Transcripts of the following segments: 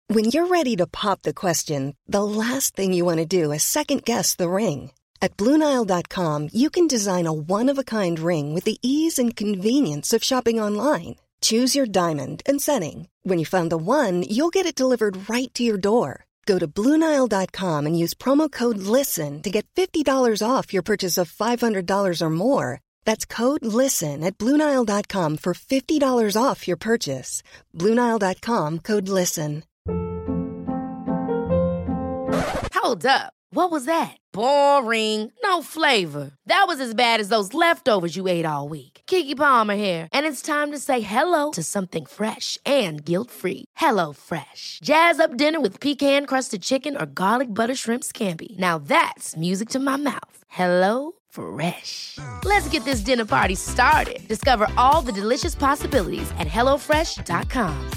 When you're ready to pop the question, the last thing you want to do is second-guess the ring. At BlueNile.com, you can design a one-of-a-kind ring with the ease and convenience of shopping online. Choose your diamond and setting. When you find the one, you'll get it delivered right to your door. Go to BlueNile.com and use promo code LISTEN to get $50 off your purchase of $500 or more. That's code LISTEN at BlueNile.com for $50 off your purchase. BlueNile.com, code LISTEN. Hold up. What was that? Boring. No flavor. That was as bad as those leftovers you ate all week. Keke Palmer here, and it's time to say hello to something fresh and guilt-free. Hello Fresh. Jazz up dinner with pecan-crusted chicken or garlic butter shrimp scampi. Now that's music to my mouth. Hello Fresh. Let's get this dinner party started. Discover all the delicious possibilities at hellofresh.com.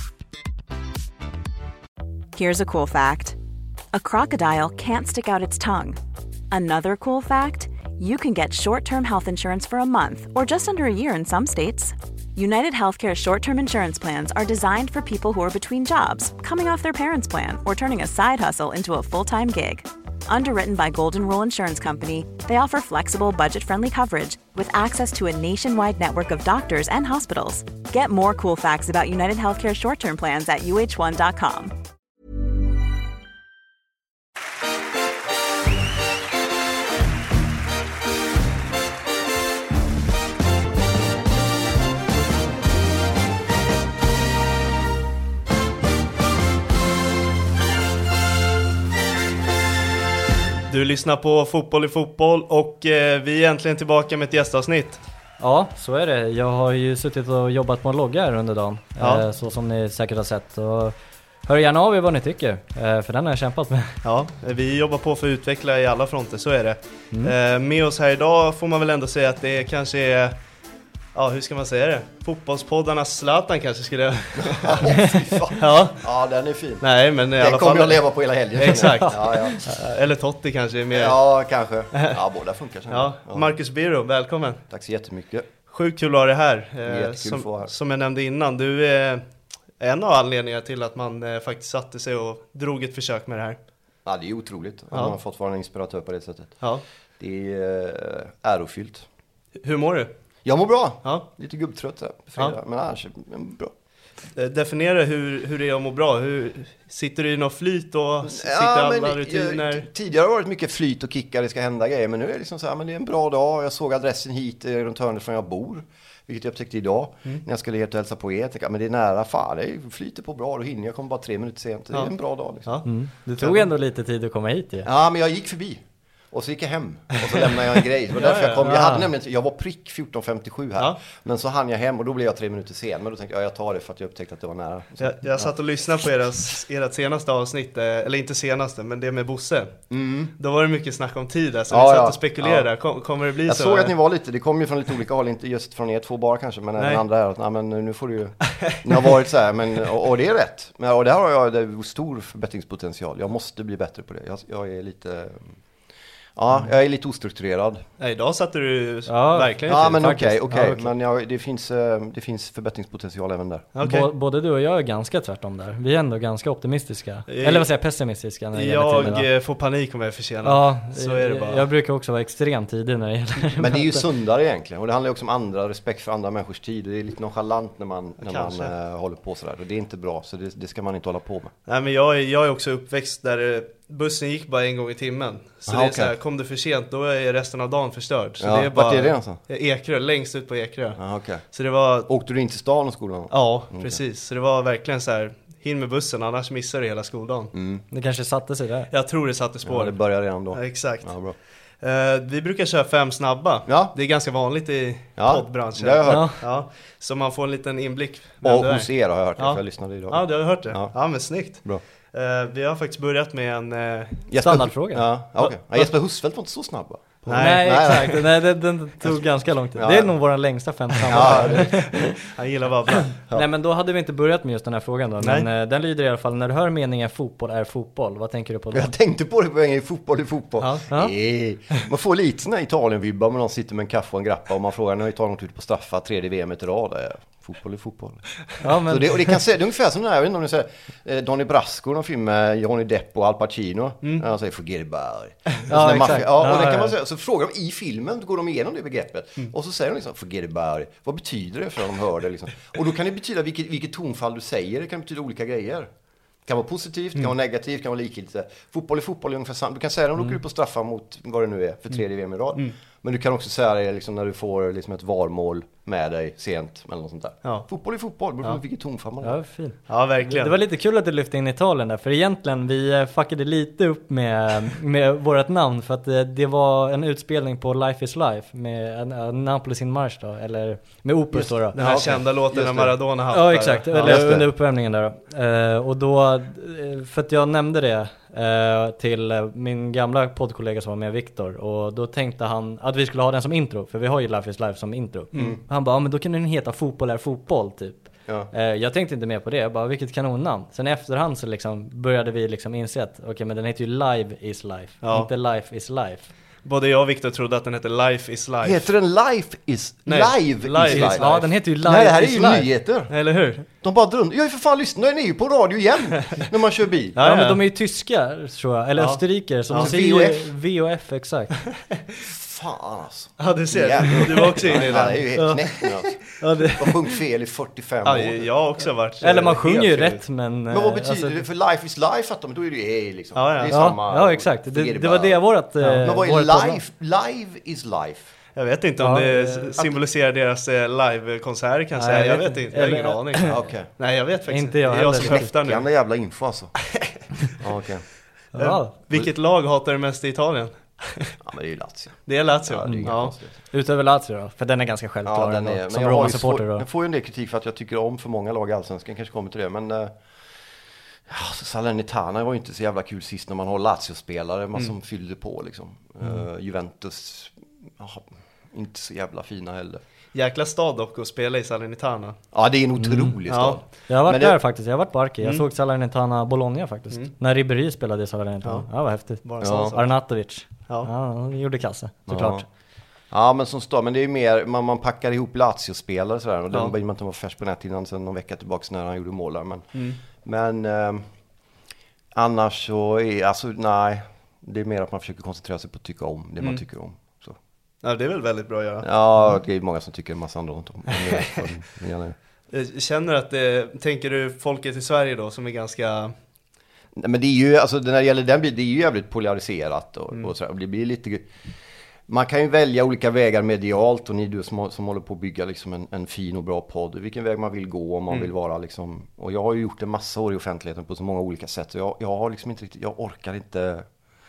Here's a cool fact. A crocodile can't stick out its tongue. Another cool fact, you can get short-term health insurance for a month or just under a year in some states. United Healthcare short-term insurance plans are designed for people who are between jobs, coming off their parents' plan, or turning a side hustle into a full-time gig. Underwritten by Golden Rule Insurance Company, they offer flexible, budget-friendly coverage with access to a nationwide network of doctors and hospitals. Get more cool facts about United Healthcare short-term plans at uh1.com. Du lyssnar på Fotboll i fotboll och vi är äntligen tillbaka med ett gästavsnitt. Ja, så är det. Jag har ju suttit och jobbat på en logga här under dagen, så som ni säkert har sett. Och hör gärna av er vad ni tycker, för den har jag kämpat med. Ja, vi jobbar på för att utveckla i alla fronter, så är det. Med oss här idag får man väl ändå säga att det kanske är... Ja, hur ska man säga det? Fotbollspoddarnas Zlatan kanske skulle jag... Ja, den är fin. Nej, men i alla fall... kommer jag leva på hela helgen. Exakt. Eller Totti kanske är mer... Ja, kanske. Ja, båda funkar. Ja. Marcus Biro, välkommen. Tack så jättemycket. Sjukt kul att ha dig här. Jättekul att få här. Som jag nämnde innan, du är en av anledningarna till att man faktiskt satte sig och drog ett försök med det här. Ja, det är otroligt. Man har fått vara en inspiratör på det sättet. Ja. Det är ärofyllt. Hur mår du? Jag mår bra. Ja. Lite gubbtrött på fredag, men annars bra. Definiera hur det är att må bra. Sitter du i någon flyt och sitter alla rutiner? Tidigare har det varit mycket flyt och kickar, det ska hända grejer. Men nu är det liksom så här, men det är en bra dag. Jag såg adressen hit runt hörnet från jag bor. Vilket jag upptäckte idag när jag skulle hit och hälsa på er. Men det är nära, fan, det flyter på bra. Då hinner jag, kommer bara 3 minuter sent. Det är en bra dag liksom. Ja. Det tog ändå lite tid att komma hit. Ja, men jag gick förbi. Och så gick jag hem och så lämnade jag en grej. Det var därför jag kom. Jag var prick 14.57 här. Ja. Men så hann jag hem och då blev jag 3 minuter sen. Men då tänkte jag tar det för att jag upptäckte att det var nära. Jag satt och lyssnade på ert senaste avsnitt. Eller inte senaste, men det med Bosse. Då var det mycket snack om tid. Så vi satt och spekulerade. Ja. Kommer det bli jag så? Jag såg att ni var lite. Det kom ju från lite olika håll. Inte just från er 2 bara kanske. Men även andra här. Att, men nu får du ju... Ni har varit så här. Men, och det är rätt. Men, och där har jag stor förbättringspotential. Jag måste bli bättre på det. Jag är lite... Ja, jag är lite ostrukturerad. Nej, idag satte du verkligen inte. Ja, men okej. Men det finns förbättringspotential även där. Okay. Både du och jag är ganska tvärtom där. Vi är ändå ganska optimistiska. Eller vad säger jag, pessimistiska när det gäller tiden. Jag får panik om jag är försenad. Ja, så är det bara. Jag brukar också vara extremt tidig när det gäller. Men det är ju sundare egentligen. Och det handlar ju också om respekt för andra människors tid. Det är lite nonchalant när man håller på sådär. Och det är inte bra, så det ska man inte hålla på med. Nej, men jag är också uppväxt där bussen gick bara 1 gång i timmen. Så det är så här, kom du för sent, då är resten av dagen förstörd. Så det är bara, vart är det alltså? Ekerö, längst ut på Ekerö. Okay. Så det var... Åkte du in till stan och skolan? Ja, precis. Så det var verkligen så här, hin med bussen, annars missar du hela skoldagen. Det kanske satte sig där. Jag tror det satte spår. Ja, det börjar redan då. Ja, exakt. Ja, bra. Vi brukar köra 5 snabba. Ja. Det är ganska vanligt i poddbranschen. Det har jag hört. Ja. Så man får en liten inblick. Och hos er har jag hört det, för jag lyssnade idag. Ja, du har hört det. Ja, men snyggt. Bra. Vi har faktiskt börjat med en standardfråga. Jesper Husfeldt var inte så snabb, va? Nej, exakt. Nej, den tog ganska lång tid. Det är nog vår längsta 5 snabba. Han gillar babbla. Nej, men då hade vi inte börjat med just den här frågan då. Men den lyder i alla fall, när du hör meningen fotboll är fotboll, vad tänker du på då? Jag tänkte på det på vägen, fotboll är fotboll. Man får lite såna Italien-vibbar, men någon sitter med en kaffe och en grappa och man frågar, när Italien gått ut på straffa 3:e VM i rad. Fotboll är fotboll. Ja, men... Så det kan säga, det är ungefär som när, jag vet inte om ni säger Donnie Brasco, någon film med Johnny Depp och Al Pacino. Han säger forget about it. Ja, exakt. Ja, och det kan man säga. Så frågar de i filmen, då går de igenom det begreppet. Och så säger de liksom forget about it. Vad betyder det för att de hör det liksom? Och då kan det betyda vilket tonfall du säger. Det kan betyda olika grejer. Det kan vara positivt, det kan vara negativt, det kan vara likgiltigt. Fotboll är ungefär samma. Du kan säga det om du åker ut på straffar mot vad det nu är för 3:e VM i rad. Men du kan också säga det liksom när du får liksom ett varmål med dig sent eller något sånt där. Ja. Fotboll är fotboll, beror på vilket tonfall man har. Ja, fint. Ja, verkligen. Det var lite kul att du lyfte in Italien där, för egentligen vi fuckade lite upp med vårt namn, för att det var en utspelning på Life is Life med Napolis in March då, eller med Opus då. Den här kända låten när Maradona haft. Ja, exakt. Ja, eller under uppvärmningen där då. Och då, för att jag nämnde det till min gamla poddkollega som var med, Viktor, och då tänkte han att vi skulle ha den som intro, för vi har ju Life is Life som intro. Han bara, men då kan den heta Fotboll är fotboll typ. Jag tänkte inte mer på det, jag bara, vilket kanonnamn. Sen i efterhand så liksom började vi liksom inse att okej, men den heter ju Live is Life, inte Life is Life. Både jag och Victor trodde att den hette Life is Life. Heter den Life is Life? Ja, den heter ju Live. Nej, det här är is ju Life. nyheter. Eller hur? De bara drömmer. Jag är för fan lyssna, ni är ju på radio igen när man kör bil. Ja, men de är ju tyskar, tror jag. Eller österrikare. Så de säger VOF, exakt. Fan alltså. Ja, du ser. Du var också inne i det. Det är den. ju helt knäckt nu alltså. Jag har sjungit fel i 45 år. Jag har också varit. Eller man sjunger ju rätt, men vad betyder det? För Life is Life, men då är det ju liksom. Ja. Det är samma. Ja, exakt. Det var det vårat. Men vad är life? Live is life. Jag vet inte om det symboliserar deras live-konserter kanske. Nej, jag vet inte. Jag har ingen aning. Okay. Nej, jag vet faktiskt inte. Jag det är jag som höftar nu. Gamla jävla info alltså. Okay. Vilket lag hatar du mest i Italien? Ja, men det är ju Lazio. Det är Lazio. Ja, det är inga konstigt. Utöver Lazio då? För den är ganska självklar. Ja, den är, som men Roma-supporter då. Jag får ju en del kritik för att jag tycker om för många lag i Allsvenskan. Kanske kommer till det, men Salernitana var ju inte så jävla kul sist när man har Lazio-spelare. Man som fyllde på liksom. Juventus, inte så jävla fina heller. Jäkla stad dock att spela i Salernitana. Ja, det är en otrolig stad. Jag har varit där faktiskt, jag har varit på Arki. Jag såg Salernitana Bologna faktiskt. När Ribéry spelade i Salernitana. Ja, vad häftigt. Arnautovic. Ja, han gjorde kassa, såklart. Ja, men som stad, men det är ju mer, man packar ihop Lazio-spelare sådär. Och den blir man inte vara färsk på nät innan sen någon vecka tillbaka när han gjorde mål där. Men annars så är, alltså nej, det är mer att man försöker koncentrera sig på att tycka om det man tycker om. Så. Ja, det är väl väldigt bra att göra. Ja, det är många som tycker en massa andra om. Känner att tänker du folket i Sverige då som är ganska... Nej, men det är ju, alltså när det gäller den biten, det är ju jävligt polariserat och så. Det blir lite... Man kan ju välja olika vägar medialt, och ni som håller på att bygga liksom en fin och bra podd, vilken väg man vill gå om man vill vara liksom, och jag har ju gjort en massa år i offentligheten på så många olika sätt, så jag har liksom inte riktigt, jag orkar inte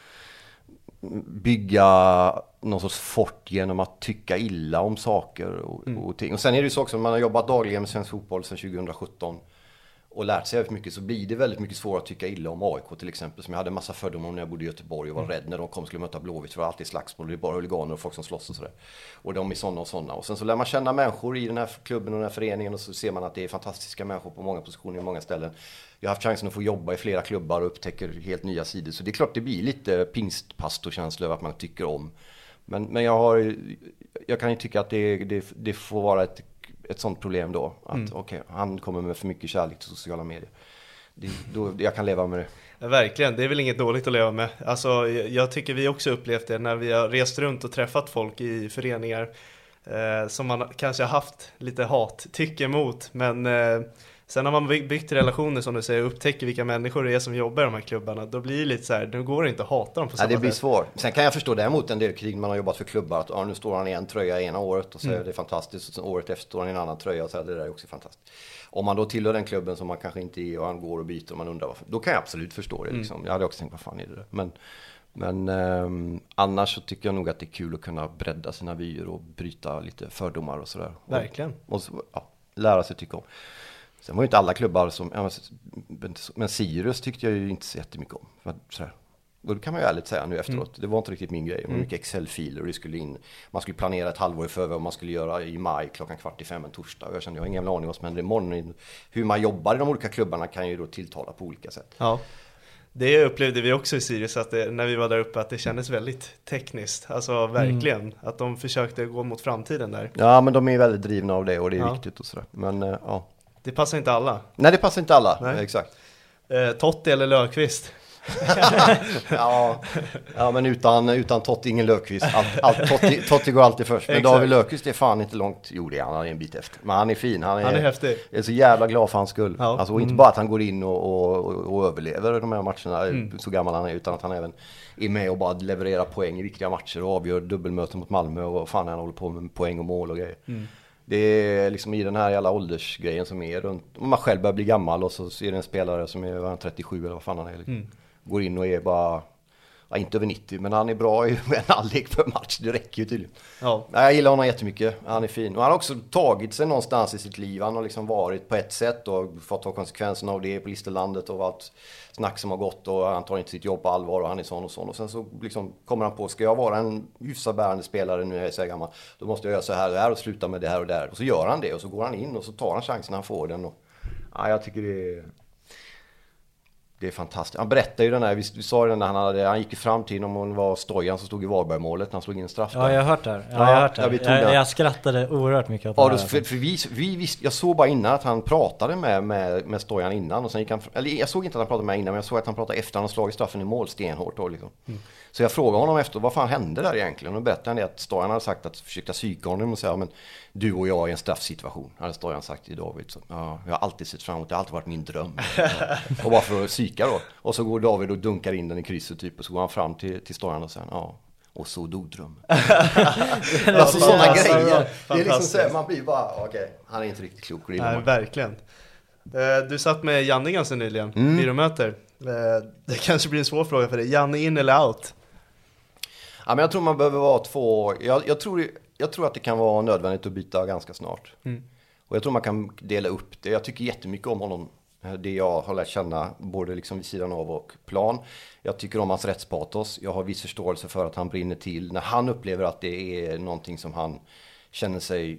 bygga någon sorts fort genom att tycka illa om saker och ting. Och sen är det ju så också, man har jobbat dagligen med svensk fotboll sedan 2017 och lärt sig väldigt mycket, så blir det väldigt mycket svårare att tycka illa om AIK till exempel, som jag hade en massa fördomar om när jag bodde i Göteborg och var rädd när de kom skulle möta Blåvitt, för det var alltid slagsmål, det är bara huliganer och folk som slåss och sådär. Och de är sådana och sådana. Och sen så lär man känna människor i den här klubben och den här föreningen, och så ser man att det är fantastiska människor på många positioner i många ställen. Jag har haft chansen att få jobba i flera klubbar och upptäcker helt nya sidor, så det är klart det blir lite pingstpastorkänsla över att man tycker om. Men jag kan ju tycka att det får vara ett sånt problem då, att han kommer med för mycket kärlek till sociala medier. Jag kan leva med det. Ja, verkligen, det är väl inget dåligt att leva med. Alltså, jag tycker vi också upplevt det när vi har rest runt och träffat folk i föreningar som man kanske har haft lite tycker emot, men sen när man byggt relationer som du säger, upptäcker vilka människor det är som jobbar i de här klubbarna, då blir det lite så här, nu går det inte att hata dem på samma sätt. Det blir svårt. Sen kan jag förstå däremot en del krig man har jobbat för klubbar, att nu står han i en tröja ena året och så är det fantastiskt, och sen året efter står han i en annan tröja och så är det där också fantastiskt. Om man då tillhör den klubben som man kanske inte är och han går och byter och man undrar varför, då kan jag absolut förstå det liksom. Jag hade också tänkt, vad fan är det där? Men annars så tycker jag nog att det är kul att kunna bredda sina vyer och bryta lite fördomar och sådär. Verkligen. Och lära sig tycka om. Sen var ju inte alla klubbar som... Men Sirius tyckte jag ju inte så jättemycket om. Sådär. Och det kan man ju ärligt säga nu efteråt. Det var inte riktigt min grej. Det var mycket Excel-filer och det skulle in... Man skulle planera ett halvår i förväg vad man skulle göra i maj 4:45 en torsdag. Och jag kände, jag har ingen aning vad som händer imorgon. Hur man jobbar i de olika klubbarna kan ju då tilltala på olika sätt. Ja. Det upplevde vi också i Sirius, att när vi var där uppe, att det kändes väldigt tekniskt. Alltså verkligen, att de försökte gå mot framtiden där. Ja, men de är väldigt drivna av det och det är viktigt och sådär. Men ja. Det passar inte alla. Nej, det passar inte alla. Nej. Exakt. Totti eller Löfqvist? ja, men utan Totti ingen Löfqvist. Totti går alltid först. Men Exakt. David Löfqvist är fan inte långt. Jo, det är han är en bit efter. Men han är fin. Han är häftig. Jag är så jävla glad för hans skull. Ja. Alltså, och inte bara att han går in och överlever de här matcherna, så gammal han är, utan att han även är med och bara levererar poäng i viktiga matcher och avgör dubbelmöten mot Malmö och fan han håller på med poäng och mål och grejer. Det är liksom i den här jävla åldersgrejen som är runt, om man själv börjar bli gammal och så är det en spelare som är 37 eller vad fan han är liksom. Går in och är bara, ja, inte över 90, men han är bra i en halvlek per match, det räcker ju tydligen. Ja. Jag gillar honom jättemycket, han är fin. Och han har också tagit sig någonstans i sitt liv, han har liksom varit på ett sätt och fått ta konsekvenserna av det på Listerlandet och allt snack som har gått och han tar inte sitt jobb på allvar och han är sån och sån. Och sen så liksom kommer han på, ska jag vara en hyfsad bärande spelare nu när jag är så gammal, då måste jag göra så här och här och sluta med det här och där. Och så gör han det och så går han in och så tar han chansen när han får den. Och, ja, jag tycker det är fantastiskt. Han berättade ju den här, vi sa den när han gick ju fram till om hon var Stojan som stod i Varbergmålet när han slog in en straff. Ja, jag har hört det. Jag har hört det. Jag skrattade oerhört mycket åt det här. För vi visste, jag såg bara innan att han pratade med Stojan innan och sen gick han, eller jag såg inte att han pratade med innan, men jag såg att han pratade efter han slagit straffen i mål stenhårt då liksom. Så jag frågade honom efter, vad fan hände där egentligen? Och då berättade han det att Stojan hade sagt att försöka psyka honom och säga, men du och jag är i en straffsituation, hade Stojan sagt till David. Så, ja, jag har alltid sett fram emot, det har alltid varit min dröm. Och bara för att psyka då. Och så går David och dunkar in den i krysset typ, och så går han fram till Stojan och säger, ja, och så dog drömmen. Alltså sådana grejer. Det är liksom så här, man blir bara, okej, han är inte riktigt klok. Nej, verkligen. Du satt med Janne ganska nyligen, byråmöter. Det kanske blir en svår fråga för dig. Janne in eller out? Ja, men jag tror man behöver vara två. Jag tror att det kan vara nödvändigt att byta ganska snart. Och jag tror man kan dela upp det. Jag tycker jättemycket om honom. Det jag har lärt känna både liksom vid sidan av och plan. Jag tycker om hans rättspatos. Jag har viss förståelse för att han brinner till när han upplever att det är någonting som han känner sig,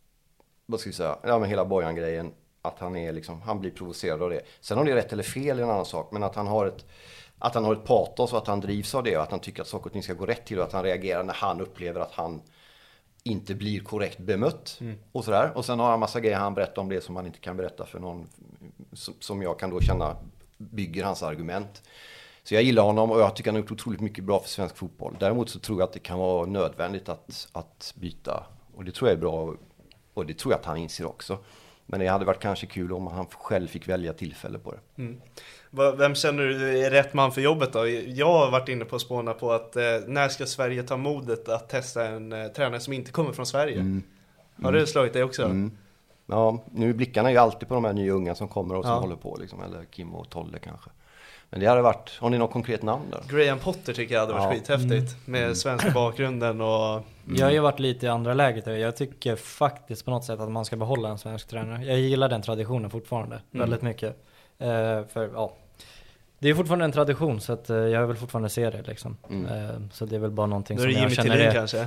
vad ska vi säga, ja, men hela Bojan-grejen, att han är liksom, han blir provocerad av det. Sen om det är rätt eller fel är en annan sak, men att han har ett patos och att han drivs av det och att han tycker att saker och ting ska gå rätt till och att han reagerar när han upplever att han inte blir korrekt bemött och sådär. Och sen har han massa grejer han berättar om det som han inte kan berätta för någon som jag kan då känna bygger hans argument. Så jag gillar honom och jag tycker han har gjort otroligt mycket bra för svensk fotboll. Däremot så tror jag att det kan vara nödvändigt att byta. Och det tror jag är bra och det tror jag att han inser också. Men det hade varit kanske kul om han själv fick välja tillfälle på det. Vem känner du är rätt man för jobbet då? Jag har varit inne på att spåna på att när ska Sverige ta modet att testa en tränare som inte kommer från Sverige? Har du slagit det också? Ja, nu blickarna är ju alltid på de här nya unga som kommer och som håller på liksom, eller Kim och Tolle kanske. Men det hade varit, har ni något konkret namn där? Graham Potter tycker jag hade varit skithäftigt med svenska bakgrunden och... Jag har ju varit lite i andra läget. Jag tycker faktiskt på något sätt att man ska behålla en svensk tränare. Jag gillar den traditionen fortfarande väldigt mycket. För ja, det är fortfarande en tradition så att jag vill fortfarande se det liksom. Så det är väl bara någonting som jag känner det. Kanske?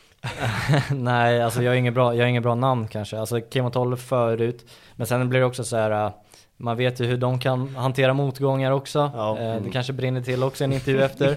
Nej, alltså jag är ingen bra namn kanske. Alltså Kim och Tolle förut. Men sen blir det också så här, man vet ju hur de kan hantera motgångar också. Det kanske brinner till också en intervju efter.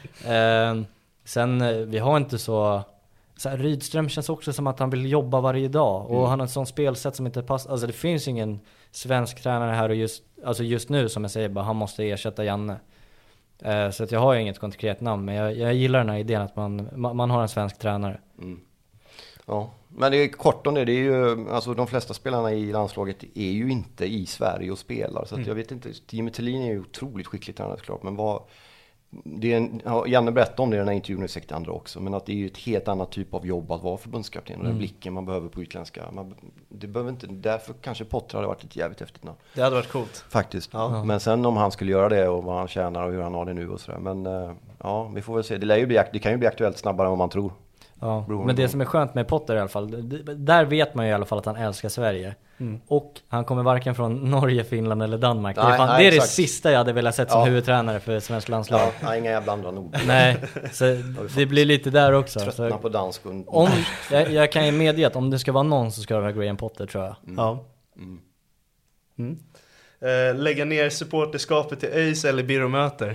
Sen vi har inte så här, Rydström känns också som att han vill jobba varje dag. Och han har ett sånt spelsätt som inte passar. Alltså det finns ingen svensk tränare här och just nu som jag säger bara, han måste ersätta Janne. Så att jag har ju inget konkret namn. Men jag gillar den här idén att man har en svensk tränare. Ja, men det är kort om det. Det är ju, alltså de flesta spelarna i landslaget är ju inte i Sverige och spelar. Så att jag vet inte, Jimmy Tillin är ju otroligt skicklig tränare såklart. Men Janne berättade om det i den här intervjun i 62 också. Men att det är ju ett helt annat typ av jobb att vara förbundskapten. Och den blicken man behöver på utländska. Det behöver inte, därför kanske Potter hade varit ett jävligt häftigt namn. Det hade varit coolt. Faktiskt. Ja. Men sen om han skulle göra det och vad han tjänar och hur han har det nu och sådär. Men ja, vi får väl se. Det kan ju bli aktuellt snabbare än vad man tror. Ja, men det som är skönt med Potter i alla fall, där vet man ju i alla fall att han älskar Sverige. Och han kommer varken från Norge, Finland eller Danmark. Det är det sista jag hade velat sett som huvudtränare för svensk landslag. Ja, inga jävla andra ord. Nej, så det blir lite där också. Tröttna på dansk och... jag kan ju medge att om det ska vara någon så ska det vara Graham Potter, tror jag. Lägga ner supporterskapet till ÖIS eller Biromöter?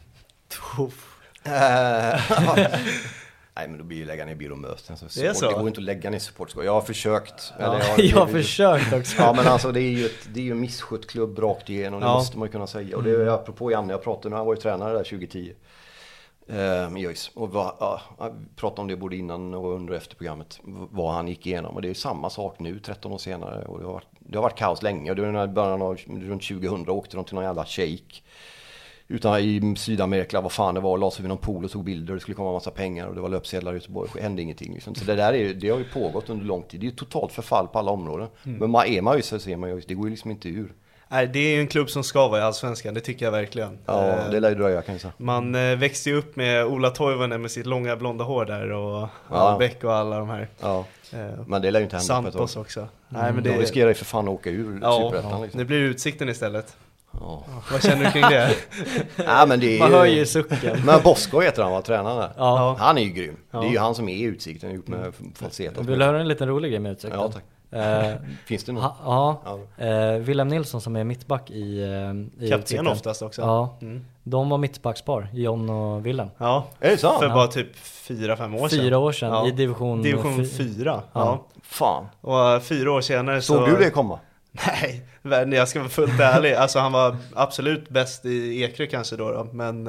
Nej, men då blir ju lägga ner Biromöter. Alltså, Det är så? Det går inte att lägga ner supporterskap. Jag har försökt. Ja, jag har försökt också. Ja, men alltså det är ju en misskött klubb rakt igenom. Det måste man ju kunna säga. Och det är apropå Janne, jag pratade när han var ju tränare där 2010. Och pratade om det både innan och under och efter programmet, vad han gick igenom, och det är samma sak nu 13 år senare, och det har varit kaos länge, och det var när början av runt 2000 åkte de till någon jävla shake utan i Sydamerika, vad fan det var, la sig vid någon pool och tog bilder, det skulle komma en massa pengar och det var löpsedlar i Göteborg, det hände ingenting liksom. Så det har ju pågått under lång tid, det är ju totalt förfall på alla områden, men man så ser man ju, det går ju liksom inte ur. Nej, det är ju en klubb som ska vara i Allsvenskan, det tycker jag verkligen. Ja, det lär ju dröja kan jag säga. Man växte ju upp med Ola Toivonen med sitt långa blonda hår där, och Beck och alla de här. Ja, men det lär ju inte hända på ett Sampos tag. också. Nej, men det De riskerar ju för fan att åka ur Superettan liksom. Det blir Utsikten istället. Ja. Vad känner du kring det? Ja, men det är Man hör ju sucken. Men Bosko heter han, var tränaren där. Ja. Han är ju grym. Ja. Det är ju han som är Utsikten, gjort med falsett. Vill du höra en liten rolig grej med Utsikten? Ja, tack. Finns det något? Willem Nilsson som är mittback i Kapten Utsikten. Oftast också. Ja, de var mittbackspar, John och Willem. Ja, Är det sant? för bara typ 4-5 år sedan. 4 år sedan Ja. i division 4. Ja. Fan. Och 4 år senare Såg du det komma? Nej, jag ska vara fullt ärlig. Alltså han var absolut bäst i Ekerö kanske då. Men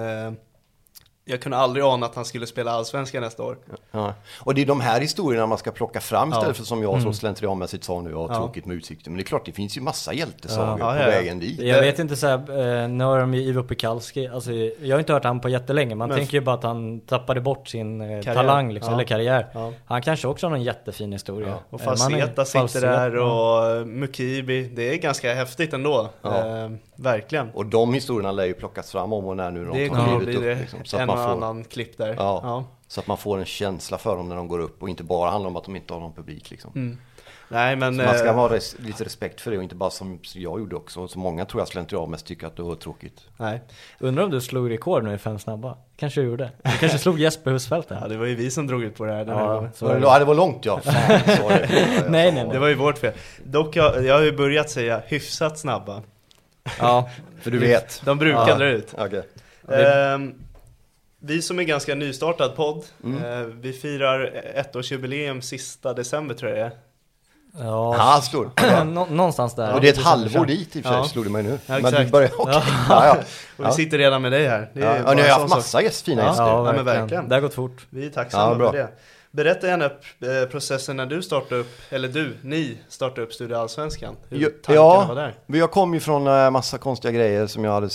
jag kunde aldrig ana att han skulle spela Allsvenskan nästa år. Ja. Och det är de här historierna man ska plocka fram istället för som jag så slentrianmässigt sa nu, tråkigt med Utsikten. Men det är klart, det finns ju massa hjältesagor på vägen dit. Jag vet inte såhär, nu har de ju Ivo Pekalski, alltså, jag har inte hört han på jättelänge. Man tänker ju bara att han tappade bort sin talang liksom, eller karriär. Han kanske också har någon jättefin historia. Och Falseta sitter där och Mukibi, det är ganska häftigt ändå. Verkligen. Och de historierna lär ju plockas fram om och när nu det de kommer bli det liksom, så en att och man får, annan klipp där. Så att man får en känsla för dem när de går upp och inte bara handlar om att de inte har någon publik liksom. Nej, men så man ska ha lite respekt för det och inte bara som jag gjorde också. Så många tror jag slentrian mest tycker att det var tråkigt. Nej. Undrar om du slog rekord nu i 5 snabba. Kanske du gjorde. Du kanske slog Jesper Husfeldt. Ja, det var ju vi som drog ut på det här. Det var långt, ja. Fan, nej. Det var ju vårt fel. Dock, jag har ju börjat säga hyfsat snabba. Ja, för du vet. De brukar dra ut. Okay. Vi som är ganska nystartad podd, vi firar 1-årsjubileum sista december tror jag det är. Ja, stor. Någonstans där. Och det är ett halvår dit i och för sig, slog det mig nu. Ja, men du börjar Och vi sitter redan med dig här. Ni har haft massa fina gäster. Ja, men verkligen. Det har gått fort. Vi är tacksamma för det. Berätta gärna processen när du startade upp, eller ni startade upp Studio Allsvenskan. Hur tankarna var där? Jag kom ju från massa konstiga grejer som jag hade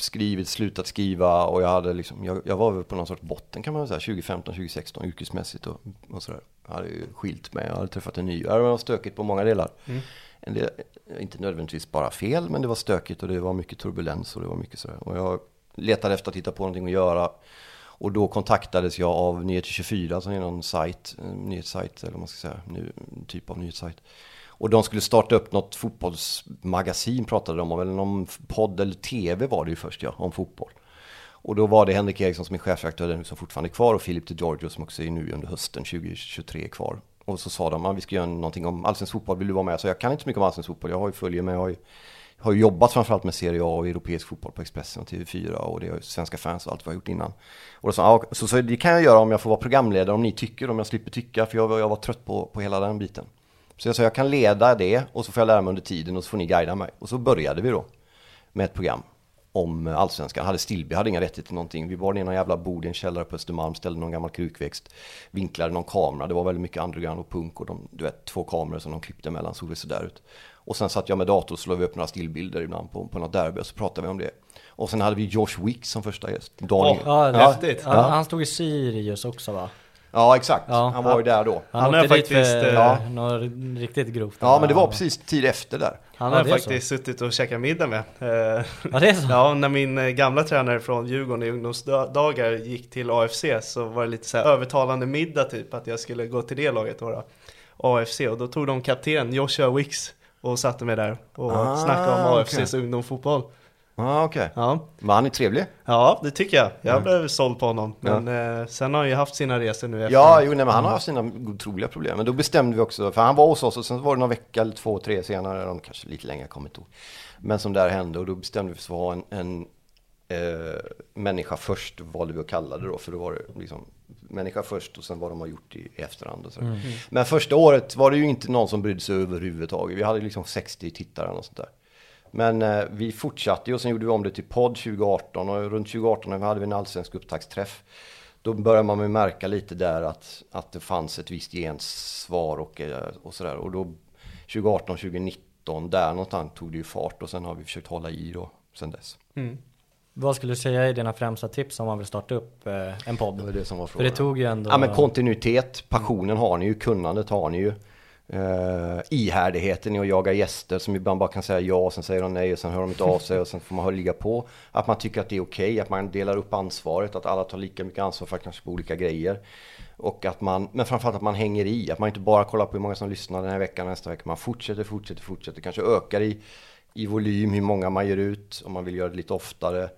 slutat skriva, och jag hade liksom, jag var väl på någon sorts botten kan man säga, 2015-2016 yrkesmässigt och sådär. Jag hade ju skilt mig, jag hade träffat en ny. Jag var stökigt på många delar. En del, inte nödvändigtvis bara fel, men det var stökigt och det var mycket turbulens och det var mycket sådär. Och jag letade efter att hitta på någonting att göra. Och då kontaktades jag av Nyheter 24 som är någon nyhetssajt, eller vad man ska säga, en typ av nyhetssajt. Och de skulle starta upp något fotbollsmagasin pratade de om, eller någon podd eller tv var det ju först om fotboll. Och då var det Henrik Eriksson som är chefredaktör som fortfarande är kvar, och Filip de Giorgio som också är nu under hösten 2023 kvar. Och så sa de, vi ska göra någonting om allsvensk fotboll, vill du vara med? Så jag kan inte så mycket om allsvensk fotboll, jag har ju följer med, jag har ju jobbat framförallt med Serie A och europeisk fotboll på Expressen och TV4, och det är svenska fans och allt vad jag har gjort innan. Och då sa så det kan jag göra om jag får vara programledare, om ni tycker, om jag slipper tycka, för jag var trött på hela den biten. Så jag sa, jag kan leda det och så får jag lära mig under tiden och så får ni guida mig. Och så började vi då med ett program om allsvenskan. Hade inga rättigheter till någonting. Vi var i någon jävla bod i en källare på Östermalm, ställde någon gammal krukväxt, vinklade någon kamera. Det var väldigt mycket underground och punk, och 2 kameror som de klippte emellan, såg det så där ut. Och sen satt jag med dator och slog upp några stillbilder ibland på något derby, och så pratade vi om det. Och sen hade vi Josh Wicks som första gäst. Häftigt. Han stod i Sirius också, va? Ja, exakt. Han var ju där då. Han åkte dit för något riktigt grovt. Ja, men det var precis tid efter där. Han har faktiskt suttit och käkat middag med. Ja, det är så? Ja, när min gamla tränare från Djurgården i ungdomsdagar gick till AFC, så var det lite så här övertalande middag typ, att jag skulle gå till det laget då, AFC. Och då tog de kapten Joshua Wicks och satte mig där och snackade om AFCs ungdomsfotboll. Okej. Ja. Men han är trevlig. Ja, det tycker jag. Jag blev såld på honom. Men sen har han ju haft sina resor nu efter. Ja, men han har haft sina otroliga problem. Men då bestämde vi också, för han var hos oss och sen var det någon vecka eller 2-3 senare, de kanske lite längre kommit då. Men som där hände, och då bestämde vi oss för att ha en människa först, valde vi att kalla det då, för då var det liksom människa först och sen vad de har gjort i efterhand och så. Men första året var det ju inte någon som brydde sig överhuvudtaget. Vi hade liksom 60 tittare och sånt där. Men vi fortsatte och sen gjorde vi om det till podd 2018, och runt 2018 hade vi en allsvensk upptaktsträff. Då började man med märka lite där att det fanns ett visst gensvar och sådär. Och då 2018-2019 där någonstans tog det ju fart, och sen har vi försökt hålla i då sen dess. Vad skulle du säga är dina främsta tips om man vill starta upp en podd? Det var det som var frågan. För det tog ju ändå... Ja, men kontinuitet, passionen har ni ju, kunnandet har ni ju. Ihärdigheten i att jaga gäster som ibland bara kan säga ja och sen säger de nej och sen hör de inte av sig och sen får man ligga på. Att man tycker att det är okej, att man delar upp ansvaret, att alla tar lika mycket ansvar för kanske på olika grejer. Och att man, men framförallt att man hänger i, att man inte bara kollar på hur många som lyssnar den här veckan, nästa vecka. Man fortsätter, kanske ökar i volym hur många man gör ut om man vill göra det lite oftare.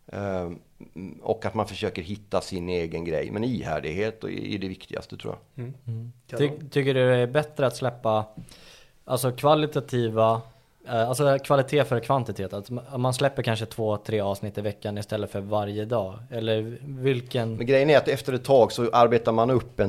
Och att man försöker hitta sin egen grej. Men ihärdighet är det viktigaste, tror jag. Tycker du det är bättre att släppa alltså kvalitativa, alltså kvalitet för kvantitet? Att man släpper kanske 2-3 avsnitt i veckan istället för varje dag? Eller vilken... Men grejen är att efter ett tag så arbetar man upp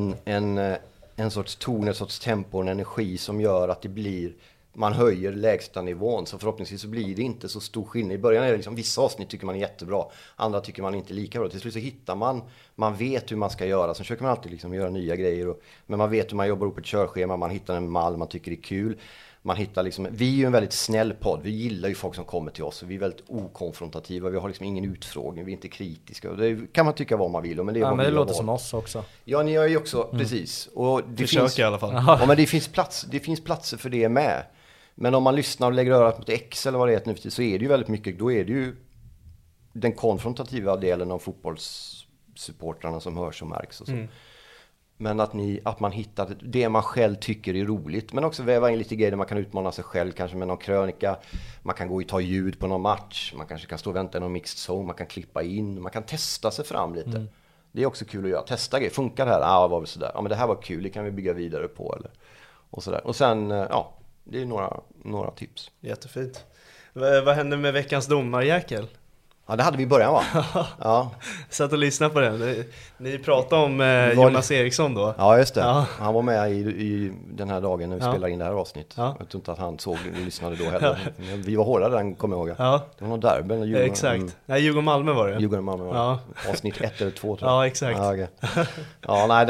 en sorts ton, en sorts tempo, en energi som gör att det blir... Man höjer lägsta nivån, så förhoppningsvis så blir det inte så stor skillnad. I början är det liksom, vissa avsnitt tycker man är jättebra, andra tycker man inte lika bra. Till slut så hittar man vet hur man ska göra. Sen försöker man alltid liksom göra nya grejer. Men man vet hur man jobbar upp ett körschema, man hittar en mall man tycker är kul. Man hittar liksom, vi är ju en väldigt snäll podd. Vi gillar ju folk som kommer till oss. Vi är väldigt okonfrontativa. Vi har liksom ingen utfrågning. Vi är inte kritiska. Det kan man tycka vad man vill. Men det, är men det låter som oss också. Ja, ni gör ju också, precis. Och det finns i alla fall. Ja, men det finns platser för det med. Men om man lyssnar och lägger örat mot X eller vad det är nu, så är det ju väldigt mycket, då är det ju den konfrontativa delen av fotbollssupportrarna som hörs och märks och så. Men att man hittar det man själv tycker är roligt, men också väva in lite grejer där man kan utmana sig själv, kanske med någon krönika, man kan gå och ta ljud på någon match, man kanske kan stå och vänta i någon mixed zone, man kan klippa in, man kan testa sig fram lite. Det är också kul att göra, testa grejer, funkar det här? Var väl sådär. Ja, men det här var kul, det kan vi bygga vidare på eller och sådär. Och sen det är några tips. Jättefint. Vad hände med veckans domarjäkel? Ja, det hade vi i början, va? Ja. Satt och lyssnade på den. Ni pratade om Jonas Eriksson då. Ja, just det. Ja. Han var med i den här dagen när vi spelade in det här avsnitt. Ja. Jag tror inte att han såg det, vi lyssnade då heller. Vi var hårda den, kommer jag ihåg. Ja. Det var någon derby. Djurgården, exakt. Nej, Djurgården-Malmö var det. Djurgården-Malmö var det. Avsnitt 1 eller 2, tror jag. Ja, exakt. Ja, okay. Ja, nej,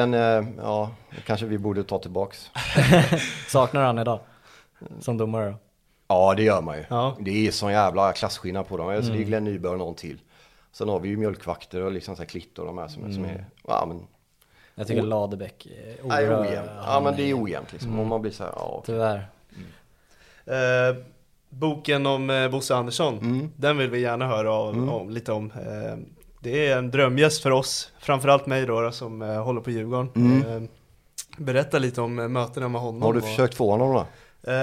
kanske vi borde ta tillbaks. Saknar han idag som domare då? Ja, det gör man ju. Ja. Det är sån jävla klasskillnad på dem. Alltså, det är Glenn Nyberg och någon till. Sen har vi ju mjölkvakter och liksom så här Klitt och de här som är... Ja, men... Jag tycker Ladebäck är ojämnt. Ja, men det är ojämnt liksom. Om man blir så här, ja. Tyvärr. Boken om Bosse Andersson, den vill vi gärna höra lite om. Det är en drömgäst för oss, framförallt mig då som håller på Djurgården. Berätta lite om mötena med honom. Har du försökt få honom då?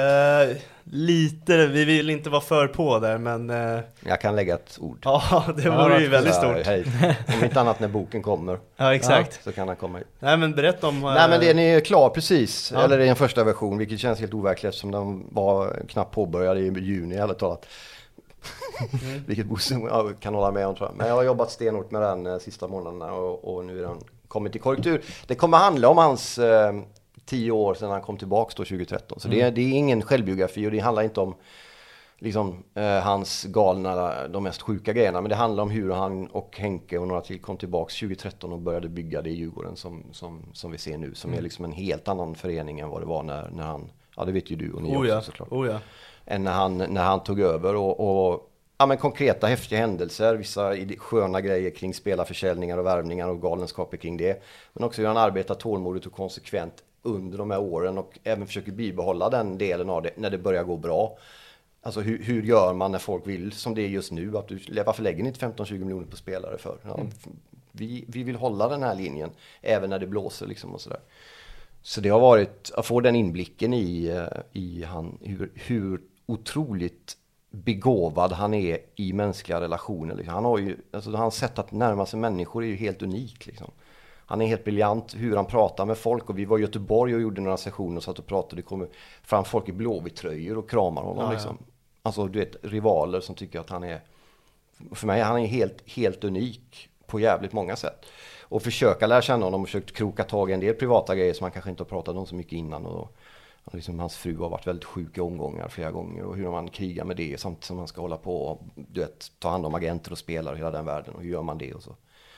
Lite, vi vill inte vara för på där, men jag kan lägga ett ord. Ja, det vore ju väldigt stort. Om inte annat när boken kommer. Ja, exakt. Så kan han komma ut. Nej, men berätta om... Nej, men den är klar precis. Ja. Eller det är en första version, vilket känns helt overkligt eftersom den var knappt påbörjad i juni eller talat. Vilket Bosse kan hålla med om, tror jag. Men jag har jobbat stenhårt med den sista månaderna och nu är den kommit i korrektur. Det kommer handla om hans 10 år sedan han kom tillbaka då 2013. Så det är ingen självbiografi och det handlar inte om liksom, hans galna, de mest sjuka grejerna. Men det handlar om hur han och Henke och några till kom tillbaka 2013 och började bygga det i Djurgården som vi ser nu. Som är liksom en helt annan förening än vad det var när han, ja det vet ju du och ni också såklart. Än när han tog över och ja, men konkreta häftiga händelser, vissa sköna grejer kring spelarförsäljningar och värvningar och galenskaper kring det. Men också hur han arbetar tålmodigt och konsekvent under de här åren och även försöker bibehålla den delen av det när det börjar gå bra. Alltså hur gör man när folk vill, som det är just nu, att varför lägger ni inte 15-20 miljoner på spelare för? Ja, vi vill hålla den här linjen även när det blåser liksom och sådär. Så det har varit att få den inblicken i han, hur otroligt begåvad han är i mänskliga relationer. Liksom. Han har ju, alltså hans sätt att närma sig människor är ju helt unik liksom. Han är helt briljant hur han pratar med folk och vi var i Göteborg och gjorde några sessioner och satt och pratade. Det kommer fram folk i Blåvitt-tröjor och kramar honom liksom. Alltså du vet, rivaler som tycker att han är, för mig han är helt unik på jävligt många sätt. Och försöka lära känna honom och försökt kroka tag i en del privata grejer som man kanske inte har pratat om så mycket innan. Och liksom, hans fru har varit väldigt sjuk i omgångar flera gånger och hur man krigar med det samtidigt som man ska hålla på och du vet, ta hand om agenter och spelare i hela den världen, och hur gör man det och så.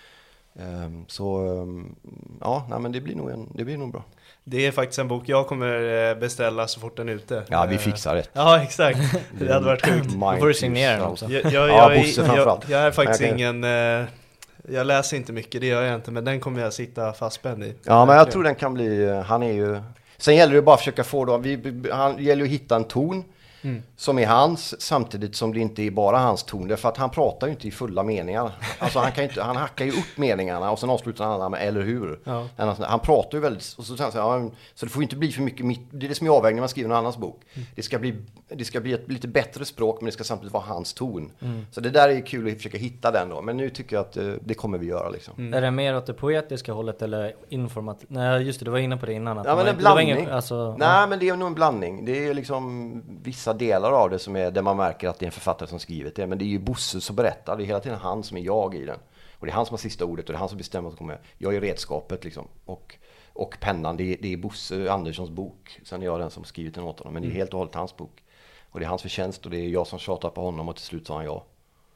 Men det blir nog bra. Det är faktiskt en bok jag kommer beställa så fort den är ute. Ja, vi fixar det. Ja, exakt. Det hade varit sjukt. Då får du signera den också. Jag är faktiskt ingen... Jag läser inte mycket, det gör jag inte, men den kommer jag sitta fastspänd i. Ja, men jag tror den kan bli... Han är ju... Sen gäller det bara att försöka få då... Han gäller att hitta en ton som är hans, samtidigt som det inte är bara hans ton. Därför att han pratar ju inte i fulla meningar. Alltså han hackar ju upp meningarna och sen avslutar han med eller hur. Ja. Han pratar ju väldigt... Och så det får ju inte bli för mycket... Det är det som är avvägning när man skriver någon annans bok. Det ska bli ett lite bättre språk, men det ska samtidigt vara hans ton. Så det där är kul att försöka hitta den då. Men nu tycker jag att det kommer vi göra liksom. Är det mer åt det poetiska hållet eller informativt? Nej, just det, du var inne på det innan. Att ja, men en blandning. Nej, men det är nog en blandning. Det är liksom vissa delar av det som är där man märker att det är en författare som skrivit det. Men det är ju Bosse som berättar. Det är hela tiden han som är jag i den. Och det är han som har sista ordet och det är han som bestämmer vad som kommer. Jag är redskapet liksom. Och pennan, det är Bosse Anderssons bok. Sen är jag den som skrivit den åt honom. Men det är helt och hållet hans bok. Och det är hans förtjänst och det är jag som tjatar på honom och till slut sa han ja.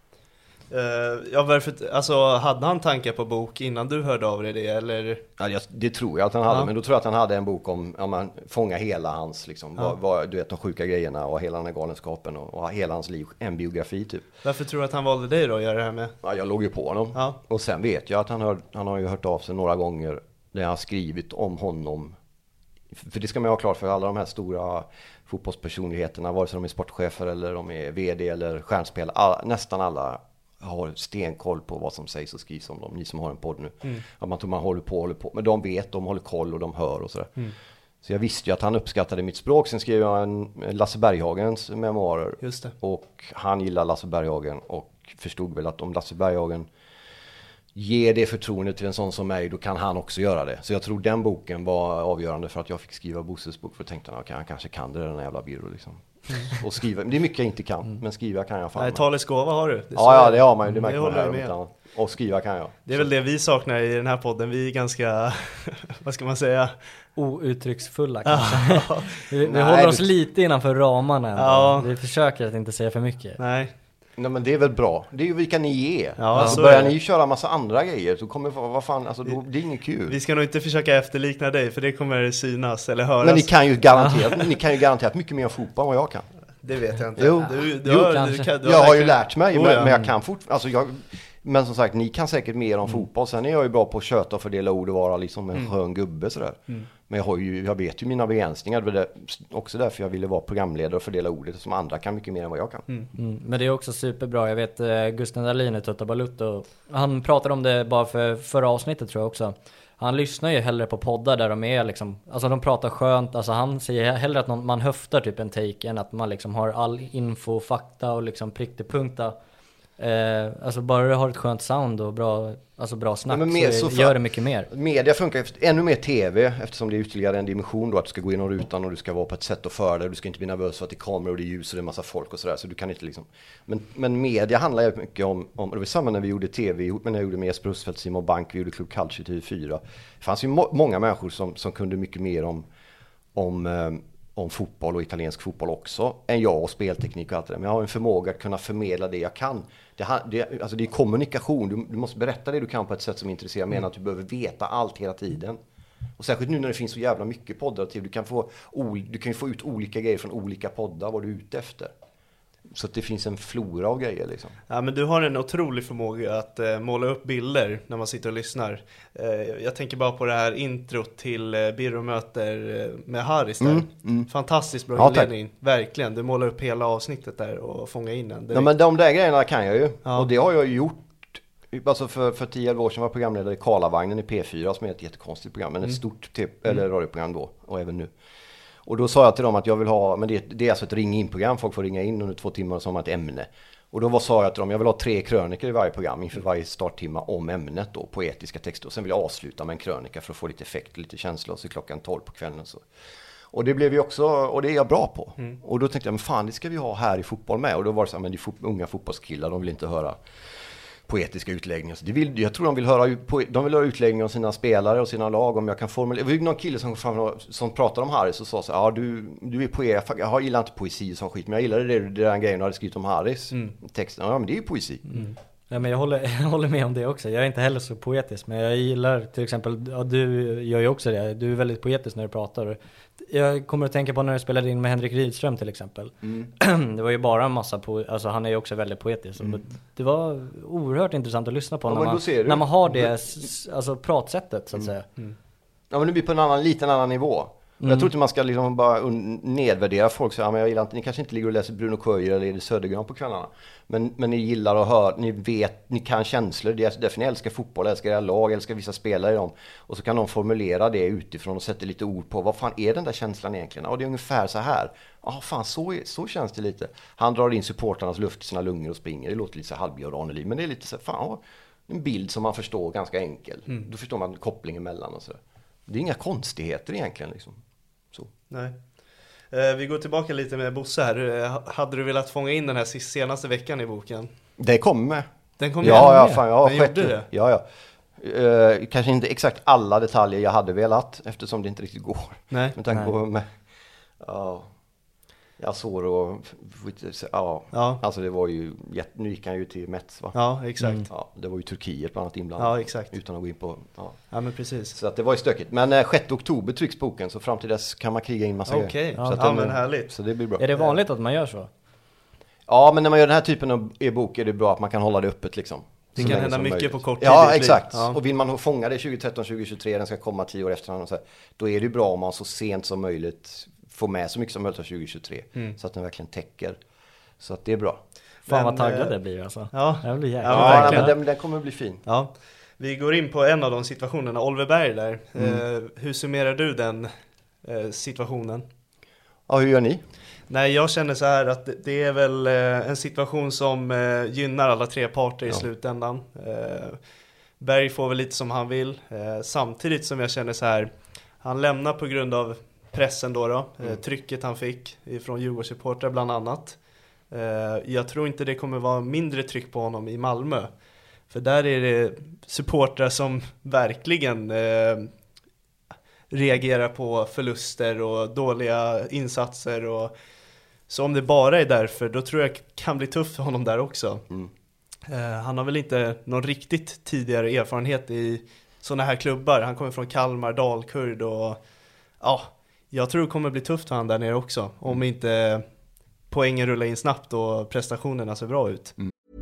Hade han tankar på bok innan du hörde av dig det? Eller? Ja, det tror jag att han hade, men då tror jag att han hade en bok om man fångar hela hans liksom, du vet, de sjuka grejerna och hela den här galenskapen och hela hans liv, en biografi typ. Varför tror du att han valde dig då att göra det här med? Ja, jag låg ju på honom. Ja. Och sen vet jag att han har ju hört av sig några gånger när jag har skrivit om honom. För det ska man ha klart för alla de här stora fotbollspersonligheterna, vare sig de är sportchefer eller de är vd eller stjärnspelare, nästan alla har stenkoll på vad som sägs och skrivs om dem. Ni som har en podd nu. Att man tror man håller på. Men de vet, de håller koll och de hör och sådär. Så jag visste ju att han uppskattade mitt språk. Sen skrev jag en Lasse Berghagens memoarer. Just det. Och han gillar Lasse Berghagen och förstod väl att om Lasse Berghagen ger det förtroende till en sån som mig, då kan han också göra det. Så jag tror den boken var avgörande för att jag fick skriva Bosses bok. För jag tänkte att han kanske kan det där, den jävla Birro liksom. Och skriva, det är mycket jag inte kan, men skriva kan jag fan. Nej, talets gåva har du. Ja, det har man ju, det märker man här. Och skriva kan jag. Det är väl det vi saknar i den här podden. Vi är ganska, vad ska man säga, outtrycksfulla kanske. vi håller oss lite innanför ramarna ändå. Ja. Vi försöker att inte säga för mycket. Nej, men det är väl bra. Det är ju vilka ni är. Ja, alltså, börjar ni köra massa andra grejer så kommer vad fan, alltså det är inget kul. Vi ska nog inte försöka efterlikna dig, för det kommer synas eller höras. Men ni kan ju garanterat mycket mer fotboll än vad jag kan. Det vet jag inte. Jo, jag har ju lärt mig, men jag kan fortfarande, men som sagt, ni kan säkert mer om fotboll. Sen är jag ju bra på att köta och fördela ord och vara liksom en skön gubbe sådär. Men jag vet ju mina begränsningar. Det var också därför jag ville vara programledare och fördela ordet, som andra kan mycket mer än vad jag kan. Men det är också superbra. Jag vet Gusten Dahlin i Tutta Balutto, han pratade om det bara för förra avsnittet tror jag också. Han lyssnar ju hellre på poddar där de är liksom, alltså de pratar skönt, alltså han säger hellre att man höftar typ en take än att man liksom har all info, fakta och liksom prick till punkta. Alltså bara du har ett skönt sound och bra snack, så gör det mycket mer. Media funkar ännu mer tv, eftersom det är ytterligare en dimension då, att du ska gå in och rutan och du ska vara på ett sätt och för dig, du ska inte bli nervös för att det är kameror och det är ljus och det är massa folk och sådär, så du kan inte liksom, men media handlar ju mycket om det var samma när vi gjorde tv ihop, men när jag gjorde med Jesper Husfeldt, Simon Bank, vi gjorde Club Culture TV4. Det fanns ju många människor som kunde mycket mer om fotboll och italiensk fotboll också än jag, och spelteknik och allt det där. Men jag har en förmåga att kunna förmedla det jag kan. Det är kommunikation. Du måste berätta det du kan på ett sätt som intresserar mig, att du behöver veta allt hela tiden. Och särskilt nu när det finns så jävla mycket poddar till. Du kan ju få ut olika grejer från olika poddar, vad du är ute efter. Så att det finns en flora av grejer liksom. Ja, men du har en otrolig förmåga att måla upp bilder när man sitter och lyssnar. Jag tänker bara på det här introt till Birro möter med Harris där. Fantastiskt bra inledning. Verkligen, du målar upp hela avsnittet där och fångar in den. Ja, men de där grejerna kan jag ju. Ja. Och det har jag ju gjort. Alltså för 10-11 år sedan var jag programledare i Karlavagnen i P4, som är ett jättekonstigt program, men ett stort eller radioprogram då, och även nu. Och då sa jag till dem att jag vill ha, men det är alltså ett ring-in-program, folk får ringa in under 2 timmar som ett ämne. Och då sa jag till dem, jag vill ha 3 krönikor i varje program inför varje starttimma om ämnet då, poetiska texter. Och sen vill jag avsluta med en krönika för att få lite effekt, lite känsla, och så klockan 12 på kvällen och så. Och det blev ju också, och det är jag bra på. Och då tänkte jag, men fan, det ska vi ha här i fotboll med. Och då var det så här, men det är unga fotbollskillar, de vill inte höra poetiska utläggningar. Så jag tror de vill höra utläggningar om sina spelare och sina lag. Om jag kan formulera. Det var ju någon kille som pratade om Harris och sa så här, ja du är poet. Jag gillar inte poesi och sån skit, men jag gillade den grejen du hade skrivit om Harris. Texten, ja men det är ju poesi. Ja, men jag håller med om det också. Jag är inte heller så poetisk, men jag gillar till exempel, du gör ju också det. Du är väldigt poetisk när du pratar. Jag kommer att tänka på när du spelade in med Henrik Rydström till exempel. Det var ju bara en massa alltså han är ju också väldigt poetisk. Det var oerhört intressant att lyssna på när man har det alltså pratsättet så att säga. Ja, men det blir på en liten annan nivå. Jag tror inte man ska liksom bara nedvärdera folk. Så, ja, men jag gillar inte, ni kanske inte ligger och läser Bruno Köjer eller Edith Södergran på kvällarna. Men ni gillar att höra, ni vet, ni kan känslor. Därför ni älskar fotboll, älskar era lag, älskar vissa spelare i dem. Och så kan de formulera det utifrån och sätta lite ord på. Vad fan är den där känslan egentligen? Ja, det är ungefär så här. Ja, fan, så känns det lite. Han drar in supportarnas luft i sina lungor och springer. Det låter lite så halvbjörn Ranelid. Men det är lite så fan, en bild som man förstår ganska enkel. Då förstår man kopplingen mellan och så. Det är inga konstigheter egentligen liksom. Så. Nej. Vi går tillbaka lite med Bosse här. Hade du velat fånga in den här senaste veckan i boken? Det kommer. Den kom ja, fan, jag har gjorde det. Ja. Kanske inte exakt alla detaljer jag hade velat, eftersom det inte riktigt går. Nej. Med tanke på jag såg och alltså det var ju nu gick han ju till Mets, va? Ja, exakt. Ja, det var ju Turkiet bland annat inblandat. Ja, exakt. Utan att gå in på ja, men precis. Så att det var ju stökigt. Men 6 oktober trycks boken, så fram till dess kan man kriga in massa grejer. Så ja, men härligt. Så det blir bra. Är det vanligt att man gör så? Ja, men när man gör den här typen av e-bok är det bra att man kan hålla det öppet liksom. Det kan hända mycket möjligt. På kort tid. Ja, exakt. Ja. Och vill man fånga det 2013, 2023, den ska komma 10 år efter och så här, då är det ju bra om man så sent som möjligt får med så mycket som möjligt av 2023. Så att den verkligen täcker. Så att det är bra. Fan vad taggad det blir alltså. Ja, det blir men den kommer bli fin. Ja. Vi går in på en av de situationerna, Oliver Berg där. Hur summerar du den situationen? Ja, hur gör ni? Nej, jag känner så här att det är väl en situation som gynnar alla tre parter i slutändan. Berg får väl lite som han vill. Samtidigt som jag känner så här, han lämnar på grund av pressen då. Trycket han fick från Djurgårdssupportrar bland annat. Jag tror inte det kommer vara mindre tryck på honom i Malmö. För där är det supportrar som verkligen reagerar på förluster och dåliga insatser. Så om det bara är därför, då tror jag kan bli tufft för honom där också. Han har väl inte någon riktigt tidigare erfarenhet i sådana här klubbar. Han kommer från Kalmar, Dalkurd och jag tror det kommer bli tufft för han där nere också. Om inte poängen rullar in snabbt och prestationerna ser bra ut.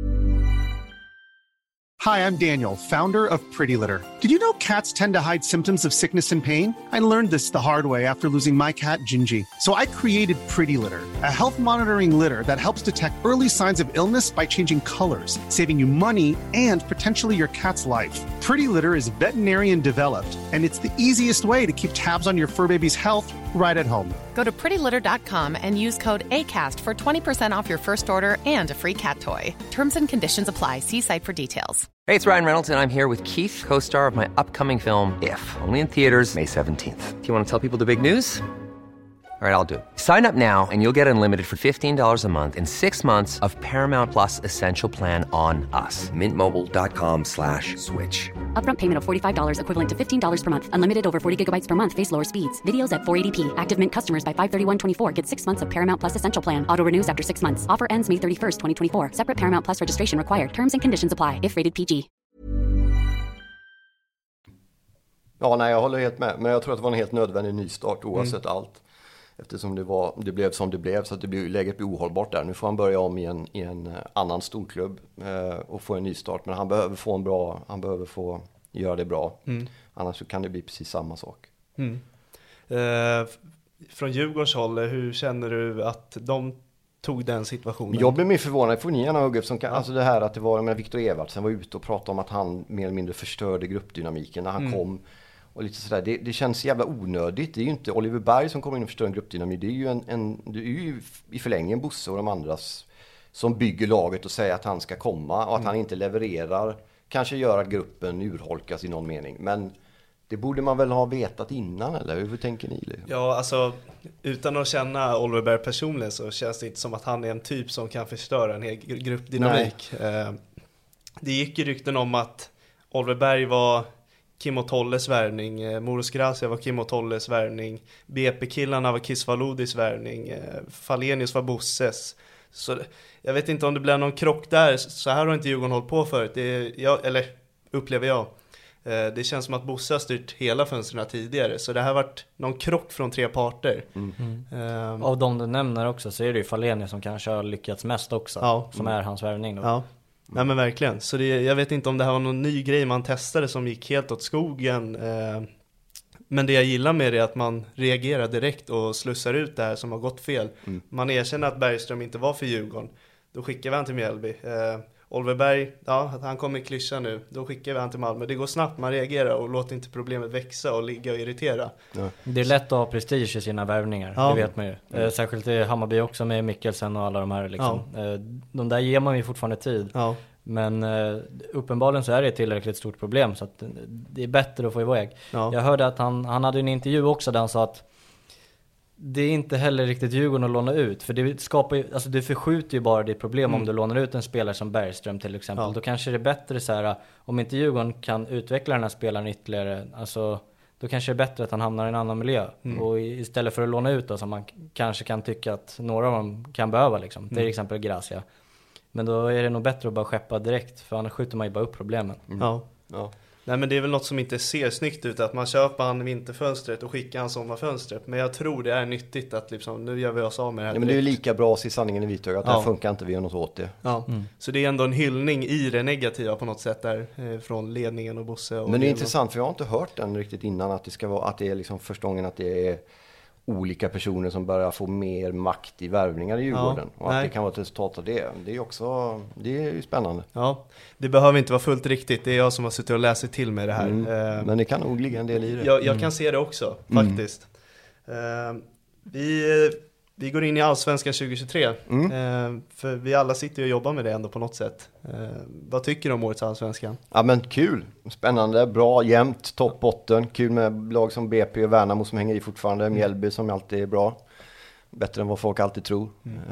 Hi, I'm Daniel, founder of Pretty Litter. Did you know cats tend to hide symptoms of sickness and pain? I learned this the hard way after losing my cat, Gingy. So I created Pretty Litter, a health monitoring litter that helps detect early signs of illness by changing colors, saving you money and potentially your cat's life. Pretty Litter is veterinarian developed, and it's the easiest way to keep tabs on your fur baby's health right at home. Go to prettylitter.com and use code ACAST for 20% off your first order and a free cat toy. Terms and conditions apply. See site for details. Hey, it's Ryan Reynolds, and I'm here with Keith, co-star of my upcoming film, If, only in theaters May 17th. Do you want to tell people the big news? All right, I'll do it. Sign up now and you'll get unlimited for $15 a month and 6 months of Paramount Plus Essential Plan on us. MintMobile.com/switch. Upfront payment of $45 equivalent to $15 per month. Unlimited over 40 gigabytes per month. Face lower speeds. Videos at 480p. Active Mint customers by 531.24 get 6 months of Paramount Plus Essential Plan. Auto renews after 6 months. Offer ends May 31st, 2024. Separate Paramount Plus registration required. Terms and conditions apply if rated PG. Ja, nej, jag håller helt med. Men jag tror att det var en helt nödvändig nystart oavsett allt. Eftersom det blev som det blev, så att läget blir ohållbart där. Nu får han börja om i en annan storklubb och få en nystart. Men han behöver få göra det bra. Annars så kan det bli precis samma sak. Från Djurgårds håll, hur känner du att de tog den situationen? Jag blev mer förvånad, får ni gärna hugga upp, alltså det här att det var, Viktor Evertsen var ute och pratade om att han mer eller mindre förstörde gruppdynamiken när han kom. Och lite sådär, det känns jävla onödigt. Det är ju inte Oliver Berg som kommer in och förstör en gruppdynamik. Det är ju i förlängningen Bosse och de andras som bygger laget och säger att han ska komma och att han inte levererar. Kanske gör att gruppen urholkas i någon mening. Men Det borde man väl ha vetat innan, eller hur tänker ni? Liksom? Ja, alltså utan att känna Oliver Berg personligen så känns det inte som att han är en typ som kan förstöra en hel gruppdynamik. Det gick ju rykten om att Oliver Berg var Kimmo Tolles värvning, Moros Gracia var Kimmo Tolles värvning, BP-killarna var Kisvalodis värvning, Falenius var Bosses. Så jag vet inte om det blev någon krock där, så här har inte Djurgården hållit på förut, eller upplever jag. Det känns som att Bosse har styrt hela fönsterna tidigare, så det här har varit någon krock från 3 parter. Av de du nämner också så är det ju Falenius som kanske har lyckats mest också, som är hans värvning då. Ja. Nej men verkligen, så jag vet inte om det här var någon ny grej man testade som gick helt åt skogen, men det jag gillar med det är att man reagerar direkt och slussar ut det här som har gått fel. Man erkänner att Bergström inte var för Djurgården, då skickar vi han till Mjällby. Oliver Berg, han kommer i klyscha nu, då skickar vi han till Malmö. Det går snabbt, man reagerar och låter inte problemet växa och ligga och irritera. Det är lätt att ha prestige i sina värvningar, det vet man ju. Särskilt i Hammarby också med Mikkelsen och alla de här liksom. De där ger man ju fortfarande tid. Men uppenbarligen så är det ett tillräckligt stort problem, så att det är bättre att få iväg. Jag hörde att han hade en intervju också där han sa att det är inte heller riktigt Djurgården att låna ut, för det skapar ju, alltså det förskjuter ju bara ditt problem om du lånar ut en spelare som Bergström till exempel. Då kanske det är bättre så här, om inte Djurgården kan utveckla den här spelaren ytterligare, alltså då kanske det är bättre att han hamnar i en annan miljö. Och istället för att låna ut då, som man kanske kan tycka att några av dem kan behöva liksom, till exempel Gracia. Men då är det nog bättre att bara skeppa direkt, för annars skjuter man ju bara upp problemen. Nej men det är väl något som inte ser snyggt ut, att man köper han vinterfönstret och skickar han sommarfönstret. Men jag tror det är nyttigt att liksom, nu gör vi oss av med det här. Men det är lika bra att se sanningen i vitögat, att det här funkar inte, vi gör något åt det. Så det är ändå en hyllning i det negativa på något sätt där, från ledningen och Bosse. Och men det är intressant, för jag har inte hört den riktigt innan, att det ska vara, att det är liksom första gången att det är olika personer som börjar få mer makt i värvningar i Djurgården. Och att det kan vara ett resultat av det. Det är också, det är ju spännande. Ja, det behöver inte vara fullt riktigt. Det är jag som har suttit och läst till med det här. Men det kan nog ligga en del i det. Jag kan se det också, faktiskt. Vi går in i Allsvenskan 2023. För vi alla sitter och jobbar med det ändå på något sätt. Vad tycker du om årets Allsvenskan? Ja men kul, spännande, bra, jämnt, topp, botten. Kul med lag som BP och Värnamo som hänger i fortfarande. Mjällby som alltid är bra. Bättre än vad folk alltid tror.